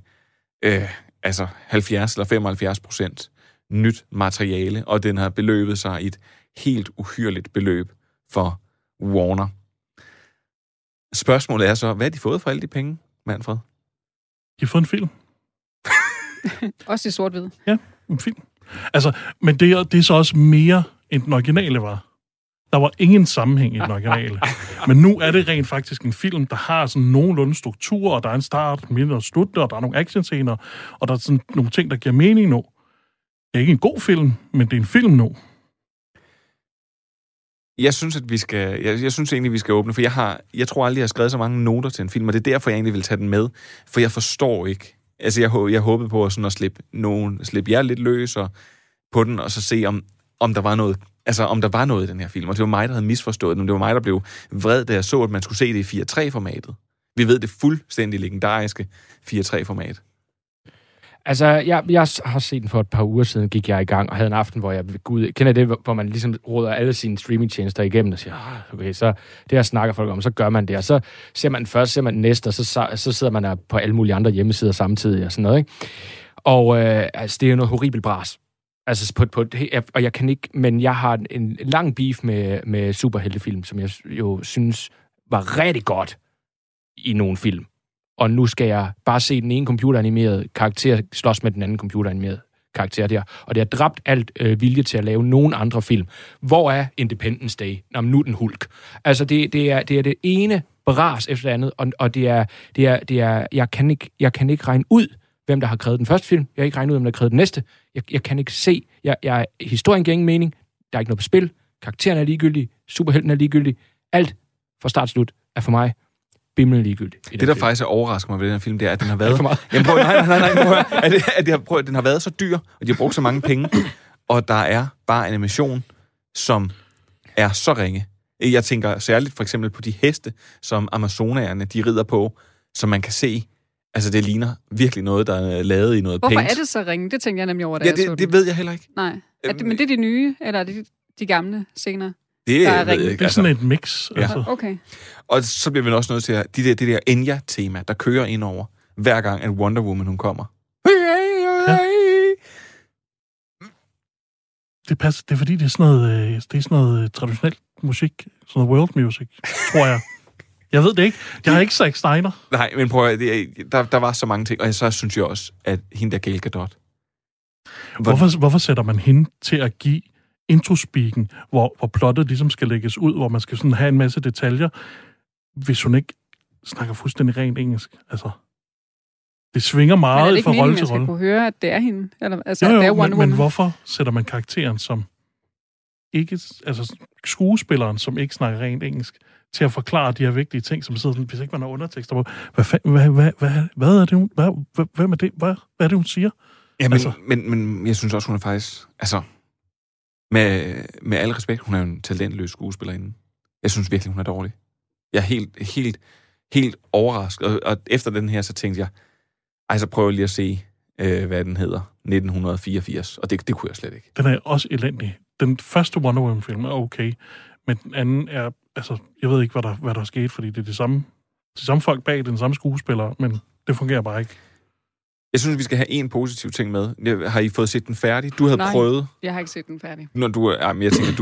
70 eller 75% nyt materiale, og den har beløbet sig i et helt uhyrligt beløb for Warner. Spørgsmålet er så, hvad har de fået for alle de penge, Manfred? De har fået en film. Også i sort-hvid. Ja, en film. Altså, men det er så også mere, end den originale var. Der var ingen sammenhæng i den originale. Men nu er det rent faktisk en film, der har sådan nogenlunde struktur, og der er en start, midt og slut, og der er nogle actionscener, og der er sådan nogle ting, der giver mening nu. Det er ikke en god film, men det er en film nu. Jeg synes, at jeg synes egentlig, vi skal åbne, for jeg tror aldrig, jeg har skrevet så mange noter til en film, og det er derfor, jeg egentlig vil tage den med, for jeg forstår ikke. Altså, jeg håbede på sådan at slippe jer lidt løs på den, og så se, om der var noget, altså om der var noget i den her film. Og det var mig, der havde misforstået den. Det var mig, der blev vred, da jeg så, at man skulle se det i 4:3-formatet. Vi ved det fuldstændig legendariske 4:3-format. Altså, jeg har set den for et par uger siden, gik jeg i gang, og havde en aften, hvor jeg kender det, hvor man ligesom råder alle sine streamingtjenester igennem, og siger, okay, så det her snakker folk om, så gør man det, og så ser man den først, ser man den næste, og så sidder man der på alle mulige andre hjemmesider samtidig, og sådan noget, ikke? Og altså, det er jo noget horribelt bras. Altså, og jeg kan ikke, men jeg har en lang beef med superheltefilm, som jeg jo synes var rigtig godt i nogle film. Og nu skal jeg bare se den ene computeranimerede karakter slås med den anden computeranimerede karakter der. Og det har dræbt alt vilje til at lave nogen andre film. Hvor er Independence Day? Jamen, nu den Hulk. Altså, det er det ene bras efter det andet, og det er jeg kan ikke regne ud, hvem der har krævet den første film. Jeg kan ikke regne ud, hvem der har krævet den næste. Jeg kan ikke se. Historien giver ingen mening. Der er ikke noget på spil. Karakteren er ligegyldig. Superhelten er ligegyldig. Alt fra start slut er for mig bimlende ligegyldigt. Det, der faktisk er overrasker mig ved den her film, det er, at den har været... Nej. Den har været så dyr, og de har brugt så mange penge, og der er bare animation, som er så ringe. Jeg tænker særligt for eksempel på de heste, som amazonaerne, de rider på, som man kan se. Altså, det ligner virkelig noget, der er lavet i noget paint. Hvorfor er det så ringe? Det tænker jeg nemlig over, da jeg så det ved jeg heller ikke. Nej. Men det er de nye, eller er det de gamle scener? Det er sådan et mix. Ja. Altså. Okay. Og så bliver vi også nødt til at det der Enya-tema, der kører ind over, hver gang at Wonder Woman, hun kommer. Ja. Det passer. Det er fordi, det er sådan noget traditionelt musik, sådan noget world music, tror jeg. Jeg ved det ikke. Jeg har ikke Zack Snyder. Nej, men prøv at, der var så mange ting, og så synes jeg også, at hende der Gal Gadot. Hvorfor sætter man hende til at give introspeaken, hvor plottet ligesom skal lægges ud, hvor man skal sådan have en masse detaljer, hvis hun ikke snakker fuldstændig rent engelsk? Altså, det svinger meget fra rolle til rolle. Men er det ikke meningen, man skal kunne høre, at det er hende? Eller, altså, jo, det er Wonder Woman? Men hvorfor sætter man karakteren som ikke, altså skuespilleren, som ikke snakker rent engelsk, til at forklare de her vigtige ting, som sidder sådan, hvis ikke man har undertekster på, hvad er det, hvem er det, hvad er det, hun siger? Ja, men jeg synes også, hun er faktisk, altså, med al respekt, hun er jo en talentløs skuespillerinde. Jeg synes virkelig, hun er dårlig. Jeg er helt overrasket, og efter den her, så tænkte jeg, så prøver jeg lige at se, hvad den hedder, 1984, og det kunne jeg slet ikke. Den er også elendig. Den første Wonder Woman-film er okay, men den anden er, altså, jeg ved ikke, hvad der er sket, fordi det er de samme folk bag den samme skuespiller, men det fungerer bare ikke. Jeg synes, vi skal have en positiv ting med. Har I fået set den færdig? Du havde prøvet... jeg har ikke set den færdig. Når jeg tænker,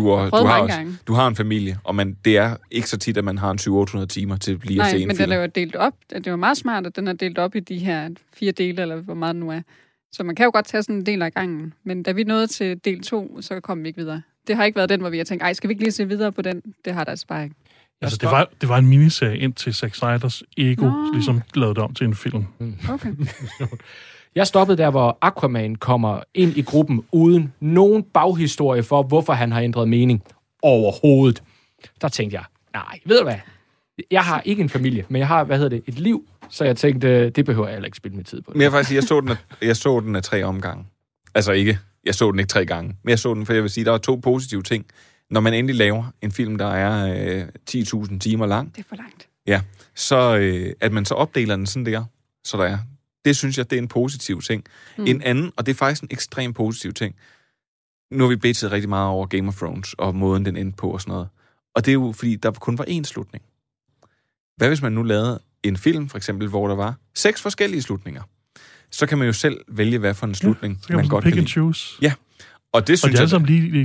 du har en familie, og det er ikke så tit, at man har en 700-800 timer til lige at se en film. Nej, men den er jo delt op. Det var meget smart, at den er delt op i de her 4 dele, eller hvor meget den nu er. Så man kan jo godt tage sådan en del af gangen. Men da vi nåede til del 2, så kom vi ikke videre. Det har ikke været den, hvor vi har tænkt, skal vi ikke lige se videre på den? Det har der altså bare ikke. Altså, det var en miniserie indtil Zack Snyders ego ligesom lavede det om til en film. Okay. Jeg stoppede der, hvor Aquaman kommer ind i gruppen uden nogen baghistorie for, hvorfor han har ændret mening overhovedet. Der tænkte jeg, nej, ved du hvad? Jeg har ikke en familie, men jeg har, et liv, så jeg tænkte, det behøver jeg heller ikke spille min tid på. Men jeg faktisk jeg så den af 3 omgange. Altså ikke, jeg så den ikke 3 gange, men jeg så den, for jeg vil sige, der er 2 positive ting. Når man endelig laver en film, der er 10.000 timer lang. Det er for langt. Ja, så at man så opdeler den sådan der, så der er. Det synes jeg, det er en positiv ting. En anden, og det er faktisk en ekstremt positiv ting. Nu har vi bedt rigtig meget over Game of Thrones, og måden den endte på og sådan noget. Og det er jo, fordi der kun var 1 slutning. Hvad hvis man nu lavede en film, for eksempel, hvor der var 6 forskellige slutninger? Så kan man jo selv vælge, hvad for en slutning man godt kan lide. Choose. Ja, og det synes og det er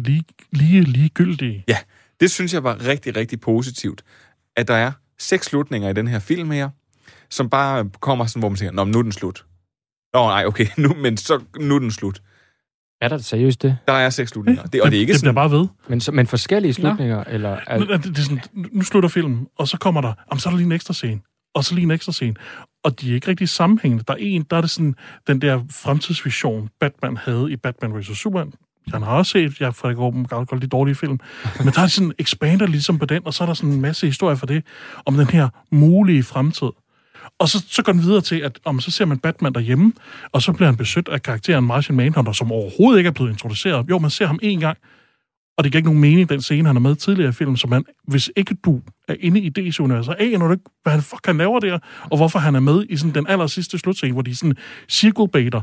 alle ligegyldige. Ja, det synes jeg var rigtig, rigtig positivt. At der er 6 slutninger i den her film her, som bare kommer sådan, hvor man tænker, nu er den slut. Nej, okay, nu er den slut. Er der seriøst det? Der er 6 slutninger. Det er ikke det sådan... bliver bare ved. Men forskellige slutninger? Eller... Det er sådan, nu slutter filmen, og så kommer der, så er der lige en ekstra scene, og så lige en ekstra scene. Og de er ikke rigtig sammenhængende. Der er det sådan, den der fremtidsvision, Batman havde i Batman vs. Superman. Han har også set, jeg får ikke godt de dårlige film, men der er sådan expander ligesom på den, og så er der sådan en masse historie for det, om den her mulige fremtid. Og så går den videre til, at så ser man Batman derhjemme, og så bliver han besøgt af karakteren Martian Manhunter, som overhovedet ikke er blevet introduceret. Jo, man ser ham 1 gang, og det giver ikke nogen mening, den scene, han er med tidligere i filmen, så hvis ikke du er inde i DC-universet, så aner du ikke, hvad han laver der, og hvorfor han er med i sådan den aller sidste slutscene, hvor de sådan cirkelbaiter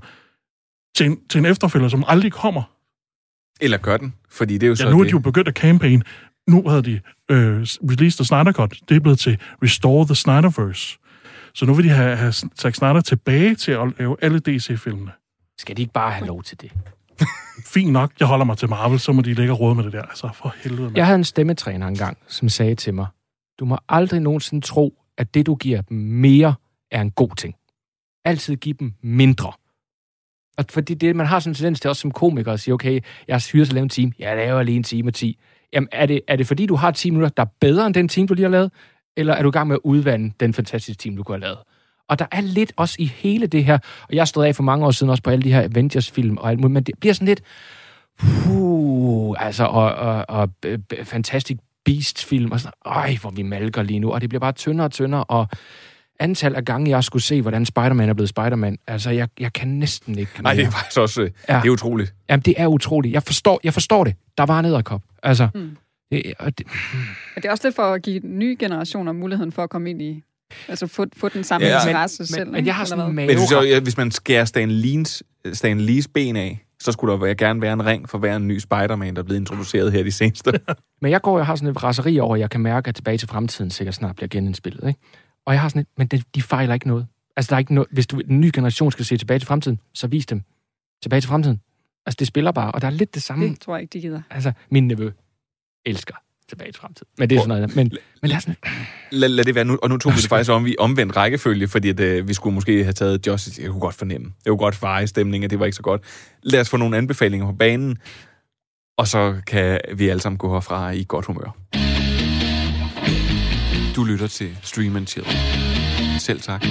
til en efterfølger, som aldrig kommer. Eller gør den, fordi det er jo så nu er de jo begyndt at campaign. Nu havde de released the Snyder Cut. Det er blevet til Restore the Snyderverse. Så nu vil de have Zack Snyder tilbage til at lave alle DC-filmene. Skal de ikke bare have lov til det? Fint nok, jeg holder mig til Marvel, så må de lægge råd med det der. Altså, for helvede. Jeg havde en stemmetræner engang, som sagde til mig, du må aldrig nogensinde tro, at det, du giver dem mere, er en god ting. Altid give dem mindre. Og fordi det, man har sådan en tendens til også som komiker at sige, okay, jeg har hyret til at lave en time, jeg laver lige en time og 10. Jamen, er det fordi, du har 10 minutter, der er bedre end den time, du lige har lavet? Eller er du i gang med at udvande den fantastiske time, du kunne have lavet? Og der er lidt også i hele det her, og jeg stod af for mange år siden også på alle de her Avengers-film og alt muligt, men det bliver sådan lidt, og Fantastic Beasts-film, og sådan, hvor vi malker lige nu, og det bliver bare tyndere og tyndere, og antal af gange, jeg skulle se, hvordan Spider-Man er blevet Spider-Man, altså, jeg kan næsten ikke... Nej, det er faktisk også... Det er utroligt. Jamen, det er utroligt. Jeg forstår det. Der var en edderkop. Altså... Det er også lidt for at give nye generationer muligheden for at komme ind i... Altså få den samme interesse selv. Men jeg har sådan men hvis man skærer Stan Lees ben af, så skulle der gerne være en ring for hver en ny Spider-Man, der er blevet introduceret her de seneste. Men jeg har sådan et raseri over, at jeg kan mærke, at Tilbage til Fremtiden sikkert snart bliver genindspillet, ikke? Og jeg har sådan et, men de fejler ikke noget. Altså, der er ikke noget... Hvis en ny generation skal se Tilbage til Fremtiden, så vis dem Tilbage til Fremtiden. Altså, det spiller bare, og der er lidt det samme... Det tror jeg ikke, de gider. Altså, min nevø elsker Tilbage til Fremtiden. Men det er sådan noget. Men det er sådan... Lad det være nu. Og nu tog vi det faktisk omvendt rækkefølge, fordi at, vi skulle måske have taget Justice. Jeg kunne godt fornemme. Jeg kunne godt fare i stemningen, at det var ikke så godt. Lad os få nogle anbefalinger på banen, og så kan vi alle sammen gå herfra i godt humør. Du lytter til Stream and Chill. Selv tak.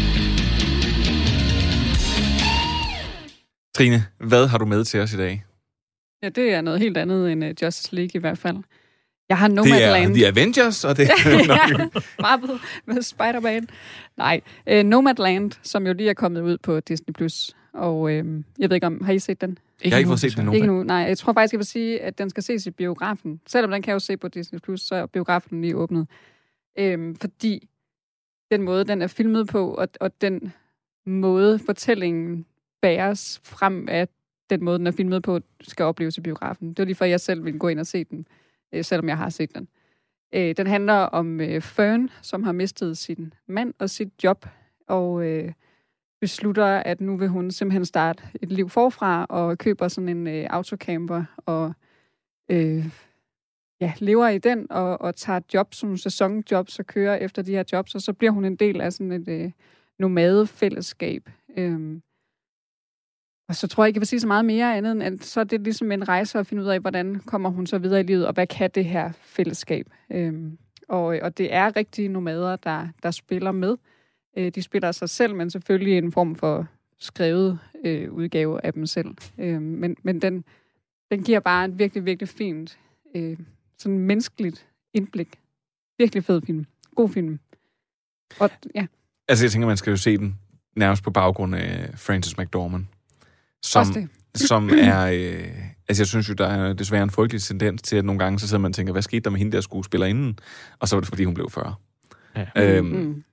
Trine, hvad har du med til os i dag? Ja, det er noget helt andet end Justice League i hvert fald. Jeg har Nomadland. Det er The Avengers, og det er... Marvel med Spider-Man. Nej, Nomadland, som jo lige er kommet ud på Disney+. Og jeg ved ikke om... Har I set den? Jeg har ikke fået set den endnu. Nej, jeg tror faktisk, jeg vil sige, at den skal ses i biografen. Selvom den kan jo se på Disney+, så er biografen lige åbnet. Fordi den måde, den er filmet på, og den måde, fortællingen bæres frem af den måde, den er filmet på, skal opleves i biografen. Det var lige for, at jeg selv ville gå ind og se den, selvom jeg har set den. Den handler om Fern, som har mistet sin mand og sit job, og beslutter, at nu vil hun simpelthen starte et liv forfra, og køber sådan en autocamper, og lever i den, og tager job som sæsonjobs, og kører efter de her jobs, og så bliver hun en del af sådan et nomadefællesskab. Og så tror jeg ikke, jeg vil sige så meget mere andet, end at så er det ligesom en rejse at finde ud af, hvordan kommer hun så videre i livet, og hvad kan det her fællesskab? Og det er rigtige nomader, der spiller med. De spiller sig selv, men selvfølgelig en form for skrevet udgave af dem selv. Men den giver bare et virkelig, virkelig fint, sådan menneskeligt indblik. Virkelig fed film. God film. Og, ja. Altså, jeg tænker, man skal jo se den nærmest på baggrund af Frances McDormand. Som er... altså, jeg synes jo, der er desværre en frygtelig tendens til, at nogle gange så sidder man og tænker, hvad skete der med hende der skuespillerinden? Og så var det, fordi hun blev 40. Ja.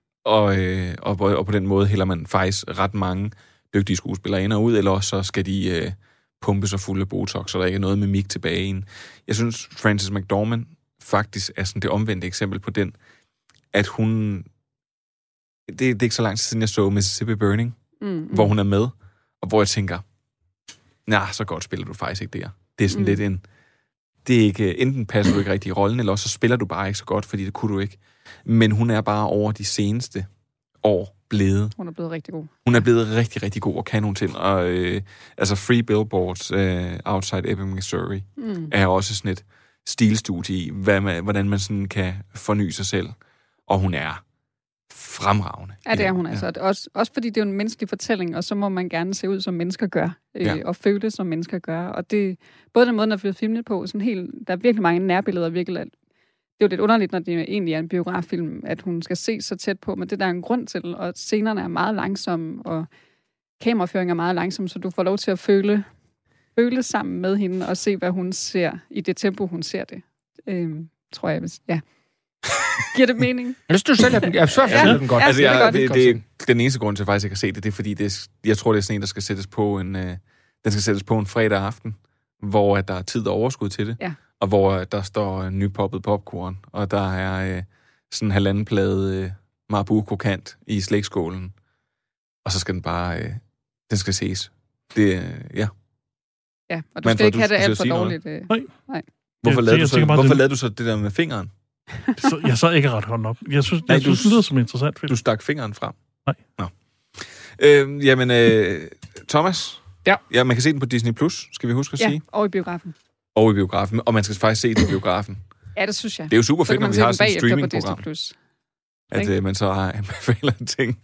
Og på den måde hælder man faktisk ret mange dygtige skuespillerinder ud, eller også så skal de pumpe sig fulde af botox, så der ikke er noget mimik tilbage i. Jeg synes, Frances McDormand faktisk er sådan det omvendte eksempel på den, at hun... Det er ikke så lang tid siden, jeg så Mississippi Burning, hvor hun er med, og hvor jeg tænker, så godt spiller du faktisk ikke der. Det er sådan lidt en... Det er ikke... Enten passer du ikke rigtig i rollen, eller også så spiller du bare ikke så godt, fordi det kunne du ikke. Men hun er bare over de seneste år blevet... Hun er blevet rigtig god. Hun er blevet rigtig, rigtig god og kan nogle ting. Og altså Free Billboards Outside Ebbing, Missouri er også sådan et stilstudie i, hvordan man sådan kan forny sig selv. Og hun er fremragende. Ja, det er hun altså. Også fordi det er en menneskelig fortælling, og så må man gerne se ud, som mennesker gør, og føle, som mennesker gør. Og det både den måde, der er blevet filmet på, sådan helt, der er virkelig mange nærbilleder, virkelig. Det er jo lidt underligt, når det egentlig er en biograffilm, at hun skal se så tæt på, men det der er en grund til, og scenerne er meget langsomme, og kameraføringen er meget langsom, så du får lov til at føle sammen med hende, og se, hvad hun ser i det tempo, hun ser det. Tror jeg, ja. Giver det mening? Jeg synes, du selv den. Jeg synes, den godt. Altså, det er den eneste grund til, at jeg faktisk ikke har set det, det er, fordi jeg tror, det er sådan en, der skal sættes på en fredag aften, hvor der er tid og overskud til det. Ja. Og hvor der står nypoppet popcorn, og der er sådan en 1,5 plade Marabou krokant i slægskålen. Og så skal den bare... den skal ses. Det, ja. Ja, og du skal ikke have det alt for dårligt. Nej. Hvorfor lavede du så det der med fingeren? Jeg så ikke ret hånden op. Jeg synes, det lyder som interessant. Du stak fingeren frem? Nej. Nå. Thomas? Ja, man kan se den på Disney+, skal vi huske at sige. Ja, og i biografen. Og man skal faktisk se den i biografen. Ja, det synes jeg. Det er jo super fedt, når vi har sådan et streamingprogram. At man så har anbefaler en ting.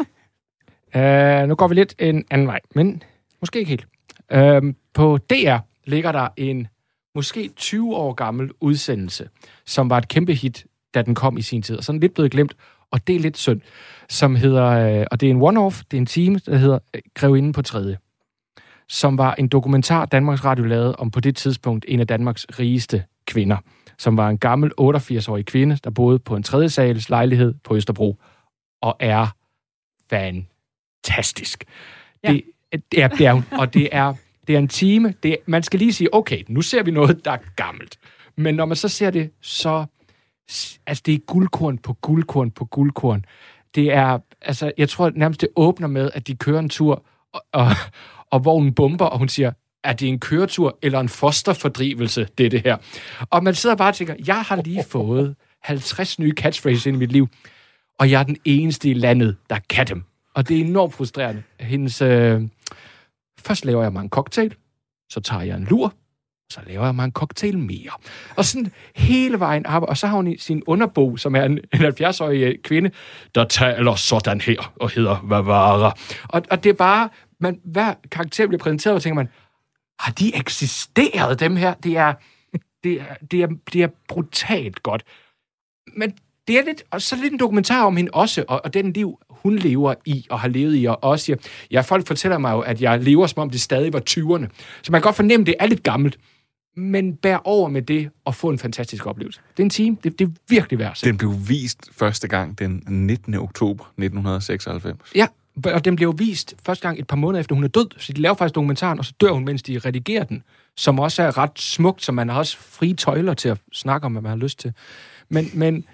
Nu går vi lidt en anden vej, men måske ikke helt. På DR ligger der en måske 20 år gammel udsendelse, som var et kæmpe hit, da den kom i sin tid, og sådan lidt blevet glemt, og det er lidt synd, som hedder, og det er en one-off, det er en time, der hedder Grevinden på 3., som var en dokumentar, Danmarks Radio lavede om på det tidspunkt en af Danmarks rigeste kvinder, som var en gammel 88-årig kvinde, der boede på en 3. sals lejlighed på Østerbro, og er fantastisk. Ja. Det er hun, og det er en time. Man skal lige sige, okay, nu ser vi noget, der er gammelt. Men når man så ser det, så... Altså, det er guldkorn på guldkorn på guldkorn. Det er... Altså, jeg tror nærmest, det åbner med, at de kører en tur, og vognen bomber, og hun siger, er det en køretur eller en fosterfordrivelse, det her? Og man sidder bare og tænker, jeg har lige fået 50 nye catchphrases ind i mit liv, og jeg er den eneste i landet, der kan dem. Og det er enormt frustrerende. Hendes... Først laver jeg mig en cocktail, så tager jeg en lur, så laver jeg mig en cocktail mere. Og sådan hele vejen op, og så har hun i sin underbo, som er en 70-årig kvinde, der taler sådan her, og hedder Vavara. Og det er bare, hver karakter bliver præsenteret, og tænker man, har de eksisteret, dem her? Det er brutalt godt. Men det er lidt, og så lidt en dokumentar om hende også, og den liv, hun lever i, og har levet i, og også siger, ja, folk fortæller mig jo, at jeg lever, som om det stadig var 20'erne. Så man kan godt fornemme, at det er lidt gammelt, men bær over med det, og få en fantastisk oplevelse. Det er en time, det er virkelig værd. Den blev vist første gang den 19. oktober 1996. Ja, og den blev vist første gang et par måneder efter, hun er død, så de laver faktisk dokumentaren, og så dør hun, mens de redigerer den, som også er ret smukt, så man har også frie tøjler til at snakke om, hvad man har lyst til. Men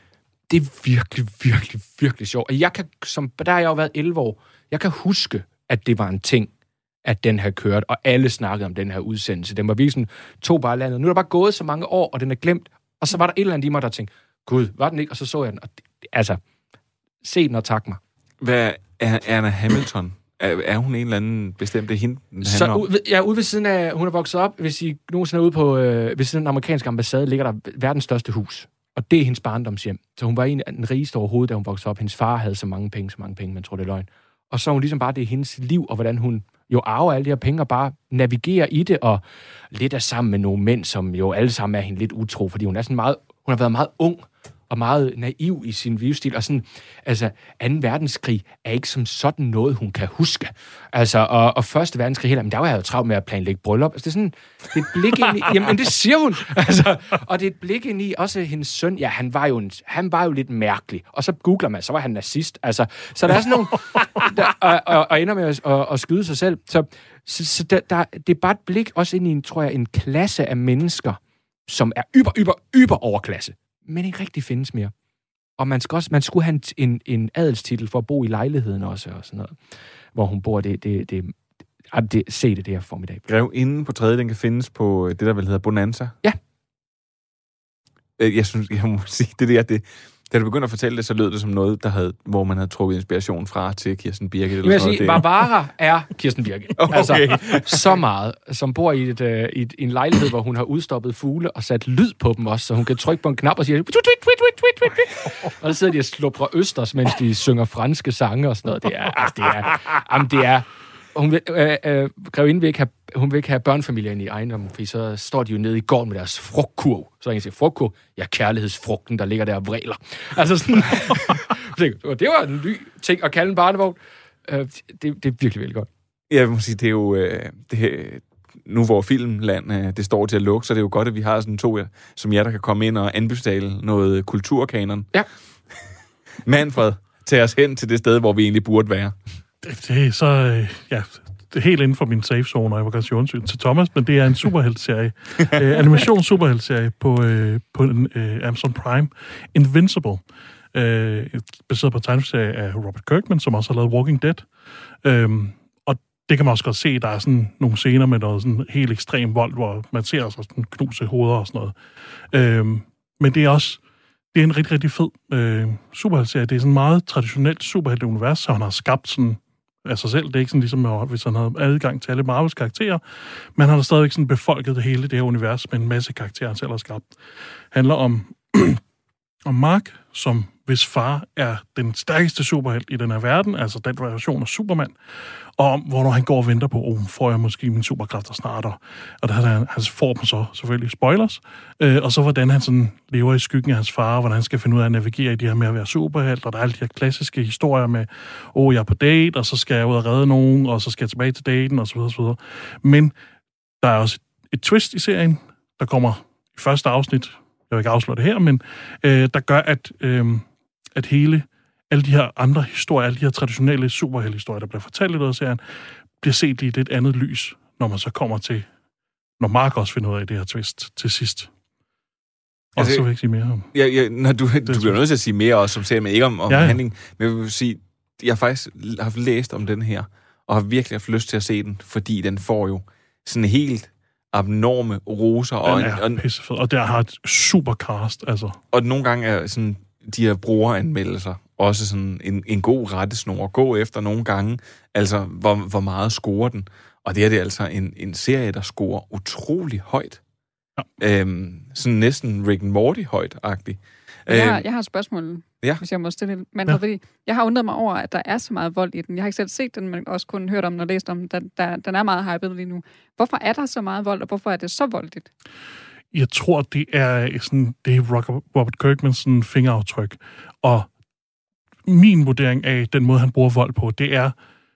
det er virkelig, virkelig, virkelig sjovt. Og der har jeg jo været 11 år. Jeg kan huske, at det var en ting, at den her kørt, og alle snakkede om den her udsendelse. Den var virkelig sådan, tog bare landet. Nu er der bare gået så mange år, og den er glemt. Og så var der et eller andet i mig, der tænkte, gud, var den ikke? Og så så jeg den. Og se den og tak mig. Hvad er Anna Hamilton? Er hun en eller anden bestemt hende? Ude ved siden af, hun er vokset op, hvis I nogensinde er ude på, ved siden af den amerikanske ambassade, ligger der verdens største hus. Og det er hendes barndomshjem. Så hun var en af den rigeste overhovedet, da hun voksede op. Hendes far havde så mange penge, man tror det er løgn. Og så er hun ligesom bare, det er hendes liv, og hvordan hun jo arver alle de her penge, og bare navigerer i det, og lidt er sammen med nogle mænd, som jo alle sammen er hende lidt utro, fordi hun er sådan meget, hun har været meget ung, og meget naiv i sin livsstil, og sådan, 2. verdenskrig er ikke som sådan noget, hun kan huske. Og 1. verdenskrig, men der var jeg jo travlt med at planlægge bryllup. Det er sådan, det er et blik ind i, jamen det siger hun, og det er et blik ind i, også hendes søn, ja, han var jo lidt mærkelig, og så googler man, så var han nazist, så der er sådan nogle, og ender med at skyde sig selv, så det er bare et blik også ind i, tror jeg, en klasse af mennesker, som er yber overklasse, men ikke rigtig findes mere. Og man skulle have en adelstitel for at bo i lejligheden også, og sådan noget, hvor hun bor. Se det er formidabelt. Grevinden på 3. den kan findes på det, der vel hedder Bonanza. Ja. Jeg synes, jeg må sige, da du begynder at fortælle det, så lød det som noget, hvor man havde trukket inspiration fra til Kirsten Birgit. Eller sådan noget. Barbara er Kirsten Birgit. Okay. Så meget, som bor i en lejlighed, hvor hun har udstoppet fugle og sat lyd på dem også, så hun kan trykke på en knap og sige og så sidder de og sluprer østers, mens de synger franske sange og sådan noget. Det er Grevinden vil ikke have børnefamilien i ejendommen, fordi så står de jo nede i gården med deres frugtkurv. Så jeg siger, frugtkurv? Ja, kærlighedsfrugten, der ligger der og vræler. Sådan. Det var en ny ting at kalde en barnevogn. Det er virkelig, virkelig godt. Jeg må sige, det er jo... nu hvor filmland det står til at lukke, så det er jo godt, at vi har sådan to som jer, der kan komme ind og anbefale noget kulturkanon. Ja. Manfred, tag os hen til det sted, hvor vi egentlig burde være. Det er så, det er helt inden for min safe zone, og jeg var ganske undskyld til Thomas, men det er en superheltserie. Animation-superheltserie på Amazon Prime. Invincible. Baseret på en tegneserie af Robert Kirkman, som også har lavet Walking Dead. Og det kan man også godt se, der er sådan nogle scener med noget sådan helt ekstrem vold, hvor man ser også sådan knuse hoveder og sådan noget. Men det er også det er en rigtig, rigtig fed superheltserie. Det er sådan en meget traditionelt superhelteunivers, så han har skabt sådan af sig selv. Det er ikke sådan ligesom, hvis han havde adgang til alle Marvels karakterer, men han har stadigvæk sådan befolket det hele, det her univers, med en masse karakterer, han selv har skabt. Handler om Mark, som hvis far er den stærkeste superhelt i den her verden, altså den version af Superman, og om, hvornår han går og venter på, får jeg måske mine superkræfter snart, og der han får dem så selvfølgelig spoilers, og så hvordan han sådan lever i skyggen af hans far, hvordan han skal finde ud af at navigere i de her med at være superhelt, og der er alle de her klassiske historier med, jeg er på date, og så skal jeg ud og redde nogen, og så skal jeg tilbage til daten, og så videre, så videre. Men der er også et twist i serien, der kommer i første afsnit, jeg vil ikke afsløre det her, men der gør, at alle de her andre historier, alle de her traditionelle superheltehistorier, der bliver fortalt i den serien, bliver set i et lidt andet lys, når man så kommer til, når Mark også finder ud af det her twist til sidst. Og så vil jeg ikke sige mere om. Du bliver nødt til at sige mere også, som ser, men ikke om handling. Men jeg vil sige, jeg faktisk har læst om den her, og har virkelig haft lyst til at se den, fordi den får jo sådan helt abnorme roser. Den er pissefed, og der har et super cast, altså. Og nogle gange er sådan de her brugeranmeldelser også sådan en god rettesnor at gå efter nogle gange. Altså, hvor meget scorer den? Og det er altså en serie, der scorer utrolig højt. Ja. Sådan næsten Rick and Morty højt-agtig. Jeg har et spørgsmål, hvis jeg må stille. Men fordi jeg har undret mig over, at der er så meget vold i den. Jeg har ikke selv set den, men også kun hørt om den og læst om den. Den er meget hyped lige nu. Hvorfor er der så meget vold, og hvorfor er det så voldeligt? Jeg tror, det er Robert Kirkmans sådan fingeraftryk. Og min vurdering af den måde, han bruger vold på, det er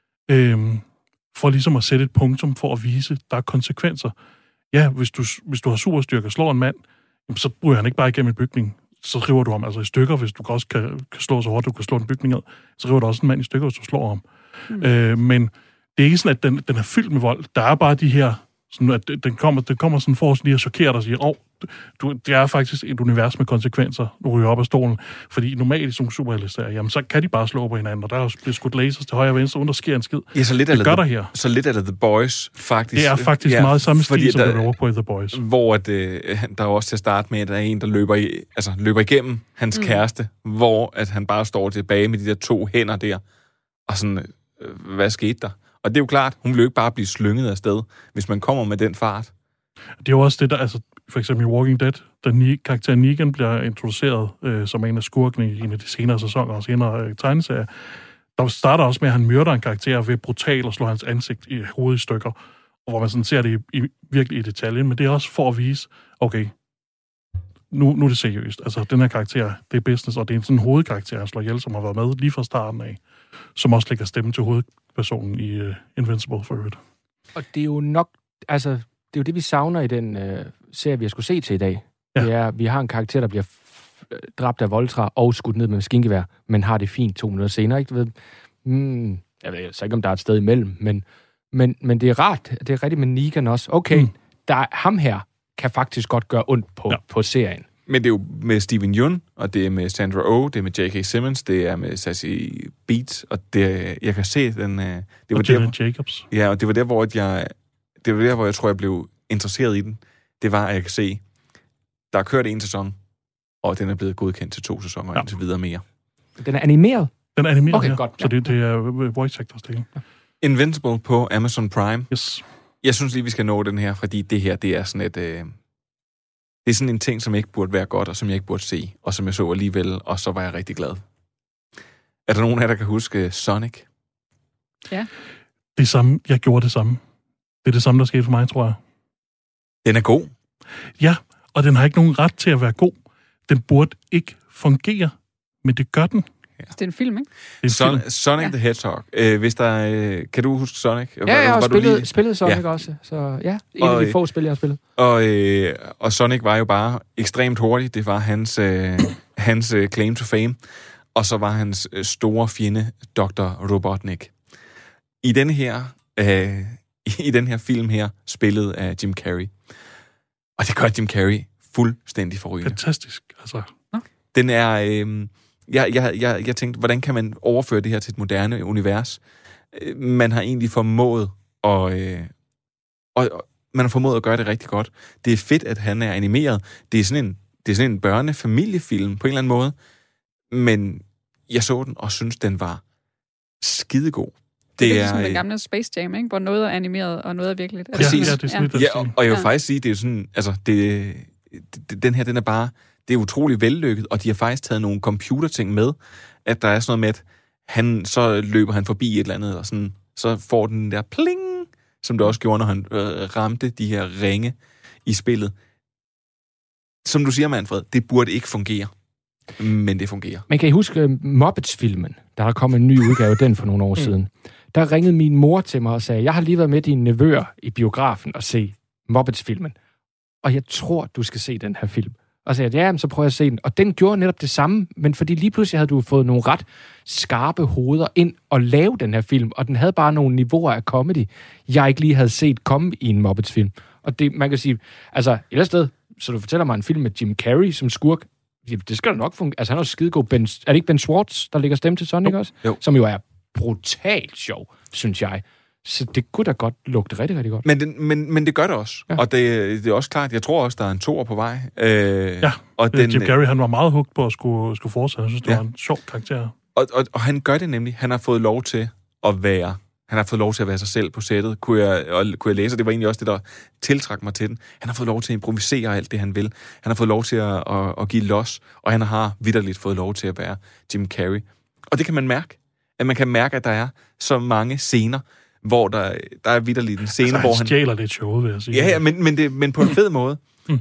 for ligesom at sætte et punktum for at vise, der er konsekvenser. Ja, hvis du har superstyrke og slår en mand, så bryder han ikke bare igennem en bygning. Så river du ham altså i stykker, hvis du også kan slå så hårdt, du kan slå en bygning ned. Så river du også en mand i stykker, hvis du slår ham. Men det er ikke sådan, at den er fyldt med vold. Der er bare de her Sådan at den kommer sådan for os lige at chokere dig og sige, det er faktisk et univers med konsekvenser, nu ryger op af stolen. Fordi normalt i sådan nogle superhelteserier, jamen så kan de bare slå på hinanden, og der er jo blevet skudt lasers til højre og venstre, uden der sker en skid. Ja, så lidt det gør der her. Så lidt af The Boys, faktisk. Det er faktisk meget samme stil, som det var på i The Boys. Hvor der er også til at starte med, at der er en, der løber igennem hans kæreste, hvor at han bare står tilbage med de der 2 hænder der, og sådan, hvad skete der? Og det er jo klart, hun vil jo ikke bare blive slynget afsted, hvis man kommer med den fart. Det er jo også det, der, altså for eksempel i Walking Dead, da karakteren Negan bliver introduceret som en af skurkene i en af de senere sæsoner og senere tegneserier, der starter også med, at han myrder en karakter ved brutalt at slå hans ansigt i hovedet i stykker, og hvor man sådan ser det virkelig i detaljen, men det er også for at vise, okay, nu er det seriøst. Altså, den her karakter, det er business, og det er en sådan hovedkarakter, han slår ihjel, som har været med lige fra starten af, som også lægger stemme til hovedpersonen i Invincible for øvrigt. Og det er jo nok, altså, det er jo det, vi savner i den serie, vi har skulle se til i dag. Ja. Det er, vi har en karakter, der bliver dræbt af Voltra og skudt ned med maskingevær, men har det fint 2 minutter senere, ikke? Jeg ved så ikke, om der er et sted imellem, men det er rart, det er rigtigt med Negan også. Okay, ham her kan faktisk godt gøre ondt på serien. Men det er jo med Steven Yeun, og det er med Sandra Oh, det er med J.K. Simmons, det er med Sassy Beats, og det, jeg kan se den... det var der, Jacobs. Ja, og det var der, hvor jeg tror, jeg blev interesseret i den. Det var, at jeg kan se, der er kørt 1 sæson, og den er blevet godkendt til 2 sæsoner, og indtil videre mere. Den er animeret? Den er animeret, okay, ja. Godt. Så det er voice actors, det ikke? Invincible på Amazon Prime. Yes. Jeg synes lige, vi skal nå den her, fordi det her, det er sådan et... det er sådan en ting, som ikke burde være godt, og som jeg ikke burde se, og som jeg så alligevel, og så var jeg rigtig glad. Er der nogen af jer, der kan huske Sonic? Ja. Det samme, jeg gjorde det samme. Det er det samme, der skete for mig, tror jeg. Den er god. Ja, og den har ikke nogen ret til at være god. Den burde ikke fungere, men det gør den. Ja. Det er en film, ikke? Sonic the Hedgehog. Hvis der, kan du huske Sonic? Ja, jeg har spillet Sonic også. Så ja, en af de få spil, jeg har spillet. Og Sonic var jo bare ekstremt hurtig. Det var hans claim to fame. Og så var hans store fjende, Dr. Robotnik. I den her film her, spillet af Jim Carrey. Og det gør Jim Carrey fuldstændig forrygende. Fantastisk, altså. Den er... Jeg tænkte, hvordan kan man overføre det her til et moderne univers? Man har egentlig formået man har formået at gøre det rigtig godt. Det er fedt, at han er animeret. Det er sådan en børnefamiliefilm på en eller anden måde. Men jeg så den og synes, den var skidegod. Det er ligesom den gamle Space Jam, ikke? Hvor noget er animeret og noget er virkeligt. Præcis. Ja, det er sådan, og jeg vil faktisk sige, det er sådan, altså den her, den er bare, det er utrolig vellykket, og de har faktisk taget nogle computerting med, at der er sådan noget med, at så løber han forbi et eller andet, og sådan, så får den der pling, som det også gjorde, når han ramte de her ringe i spillet. Som du siger, Manfred, det burde ikke fungere, men det fungerer. Man kan I huske Muppets-filmen, der kom en ny udgave af den for nogle år siden. Der ringede min mor til mig og sagde, jeg har lige været med dine nevøer i biografen og se Muppets-filmen, og jeg tror, du skal se den her film. Og så sagde jeg, ja, så prøver jeg at se den. Og den gjorde netop det samme, men fordi lige pludselig havde du fået nogle ret skarpe hoveder ind og lave den her film, og den havde bare nogle niveauer af comedy, jeg ikke lige havde set komme i en Muppets-film. Og det, man kan sige, altså et eller sted, så du fortæller mig en film med Jim Carrey som skurk, det skal da nok fungere. Altså han er jo skidegod. Er det ikke Ben Schwartz, der ligger stemme til Sonic også? Jo. Som jo er brutalt sjov, synes jeg. Så det kunne da godt lugte rigtig, rigtig godt. Men det gør det også. Ja. Og det er også klart, jeg tror også, der er en 2'er på vej. Og Jim Carrey, han var meget hugt på at skulle fortsætte. Jeg synes, det var en sjov karakter. Og han gør det nemlig. Han har fået lov til at være... Han har fået lov til at være sig selv på sættet, kunne jeg læse. Det var egentlig også det, der tiltrak mig til den. Han har fået lov til at improvisere alt det, han vil. Han har fået lov til at give los, og han har vitterligt fået lov til at være Jim Carrey. Og det kan man mærke. At man kan mærke, at der er så mange scener, hvor der er vitterligt en scene, hvor han... stjæler lidt showet, vil jeg sige. Ja, men på en fed måde.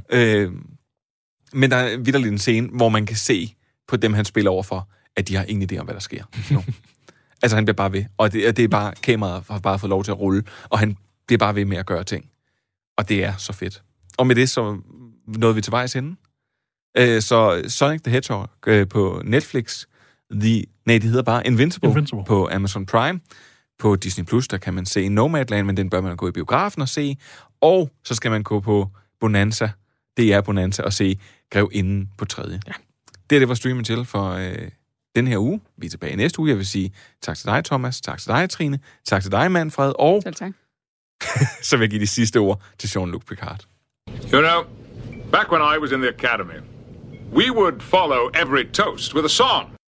Men der er vitterligt en scene, hvor man kan se på dem, han spiller overfor, at de har ingen idé om, hvad der sker. Altså, han bliver bare ved. Og det er bare, kameraet har bare fået lov til at rulle, og han bliver bare ved med at gøre ting. Og det er så fedt. Og med det, så nåede vi til vejs ende. Så Sonic the Hedgehog på Netflix, det hedder bare Invincible på Amazon Prime. På Disney Plus, der kan man se Nomadland, men den bør man gå i biografen og se. Og så skal man gå på Bonanza, DR Bonanza, og se Grevinden på 3. Ja. Det var Stream Chill for den her uge. Vi er tilbage næste uge. Jeg vil sige tak til dig, Thomas. Tak til dig, Trine. Tak til dig, Manfred. Og selv tak. så vil jeg give de sidste ord til Jean-Luc Picard. You know, back when I was in the academy, we would follow every toast with a song.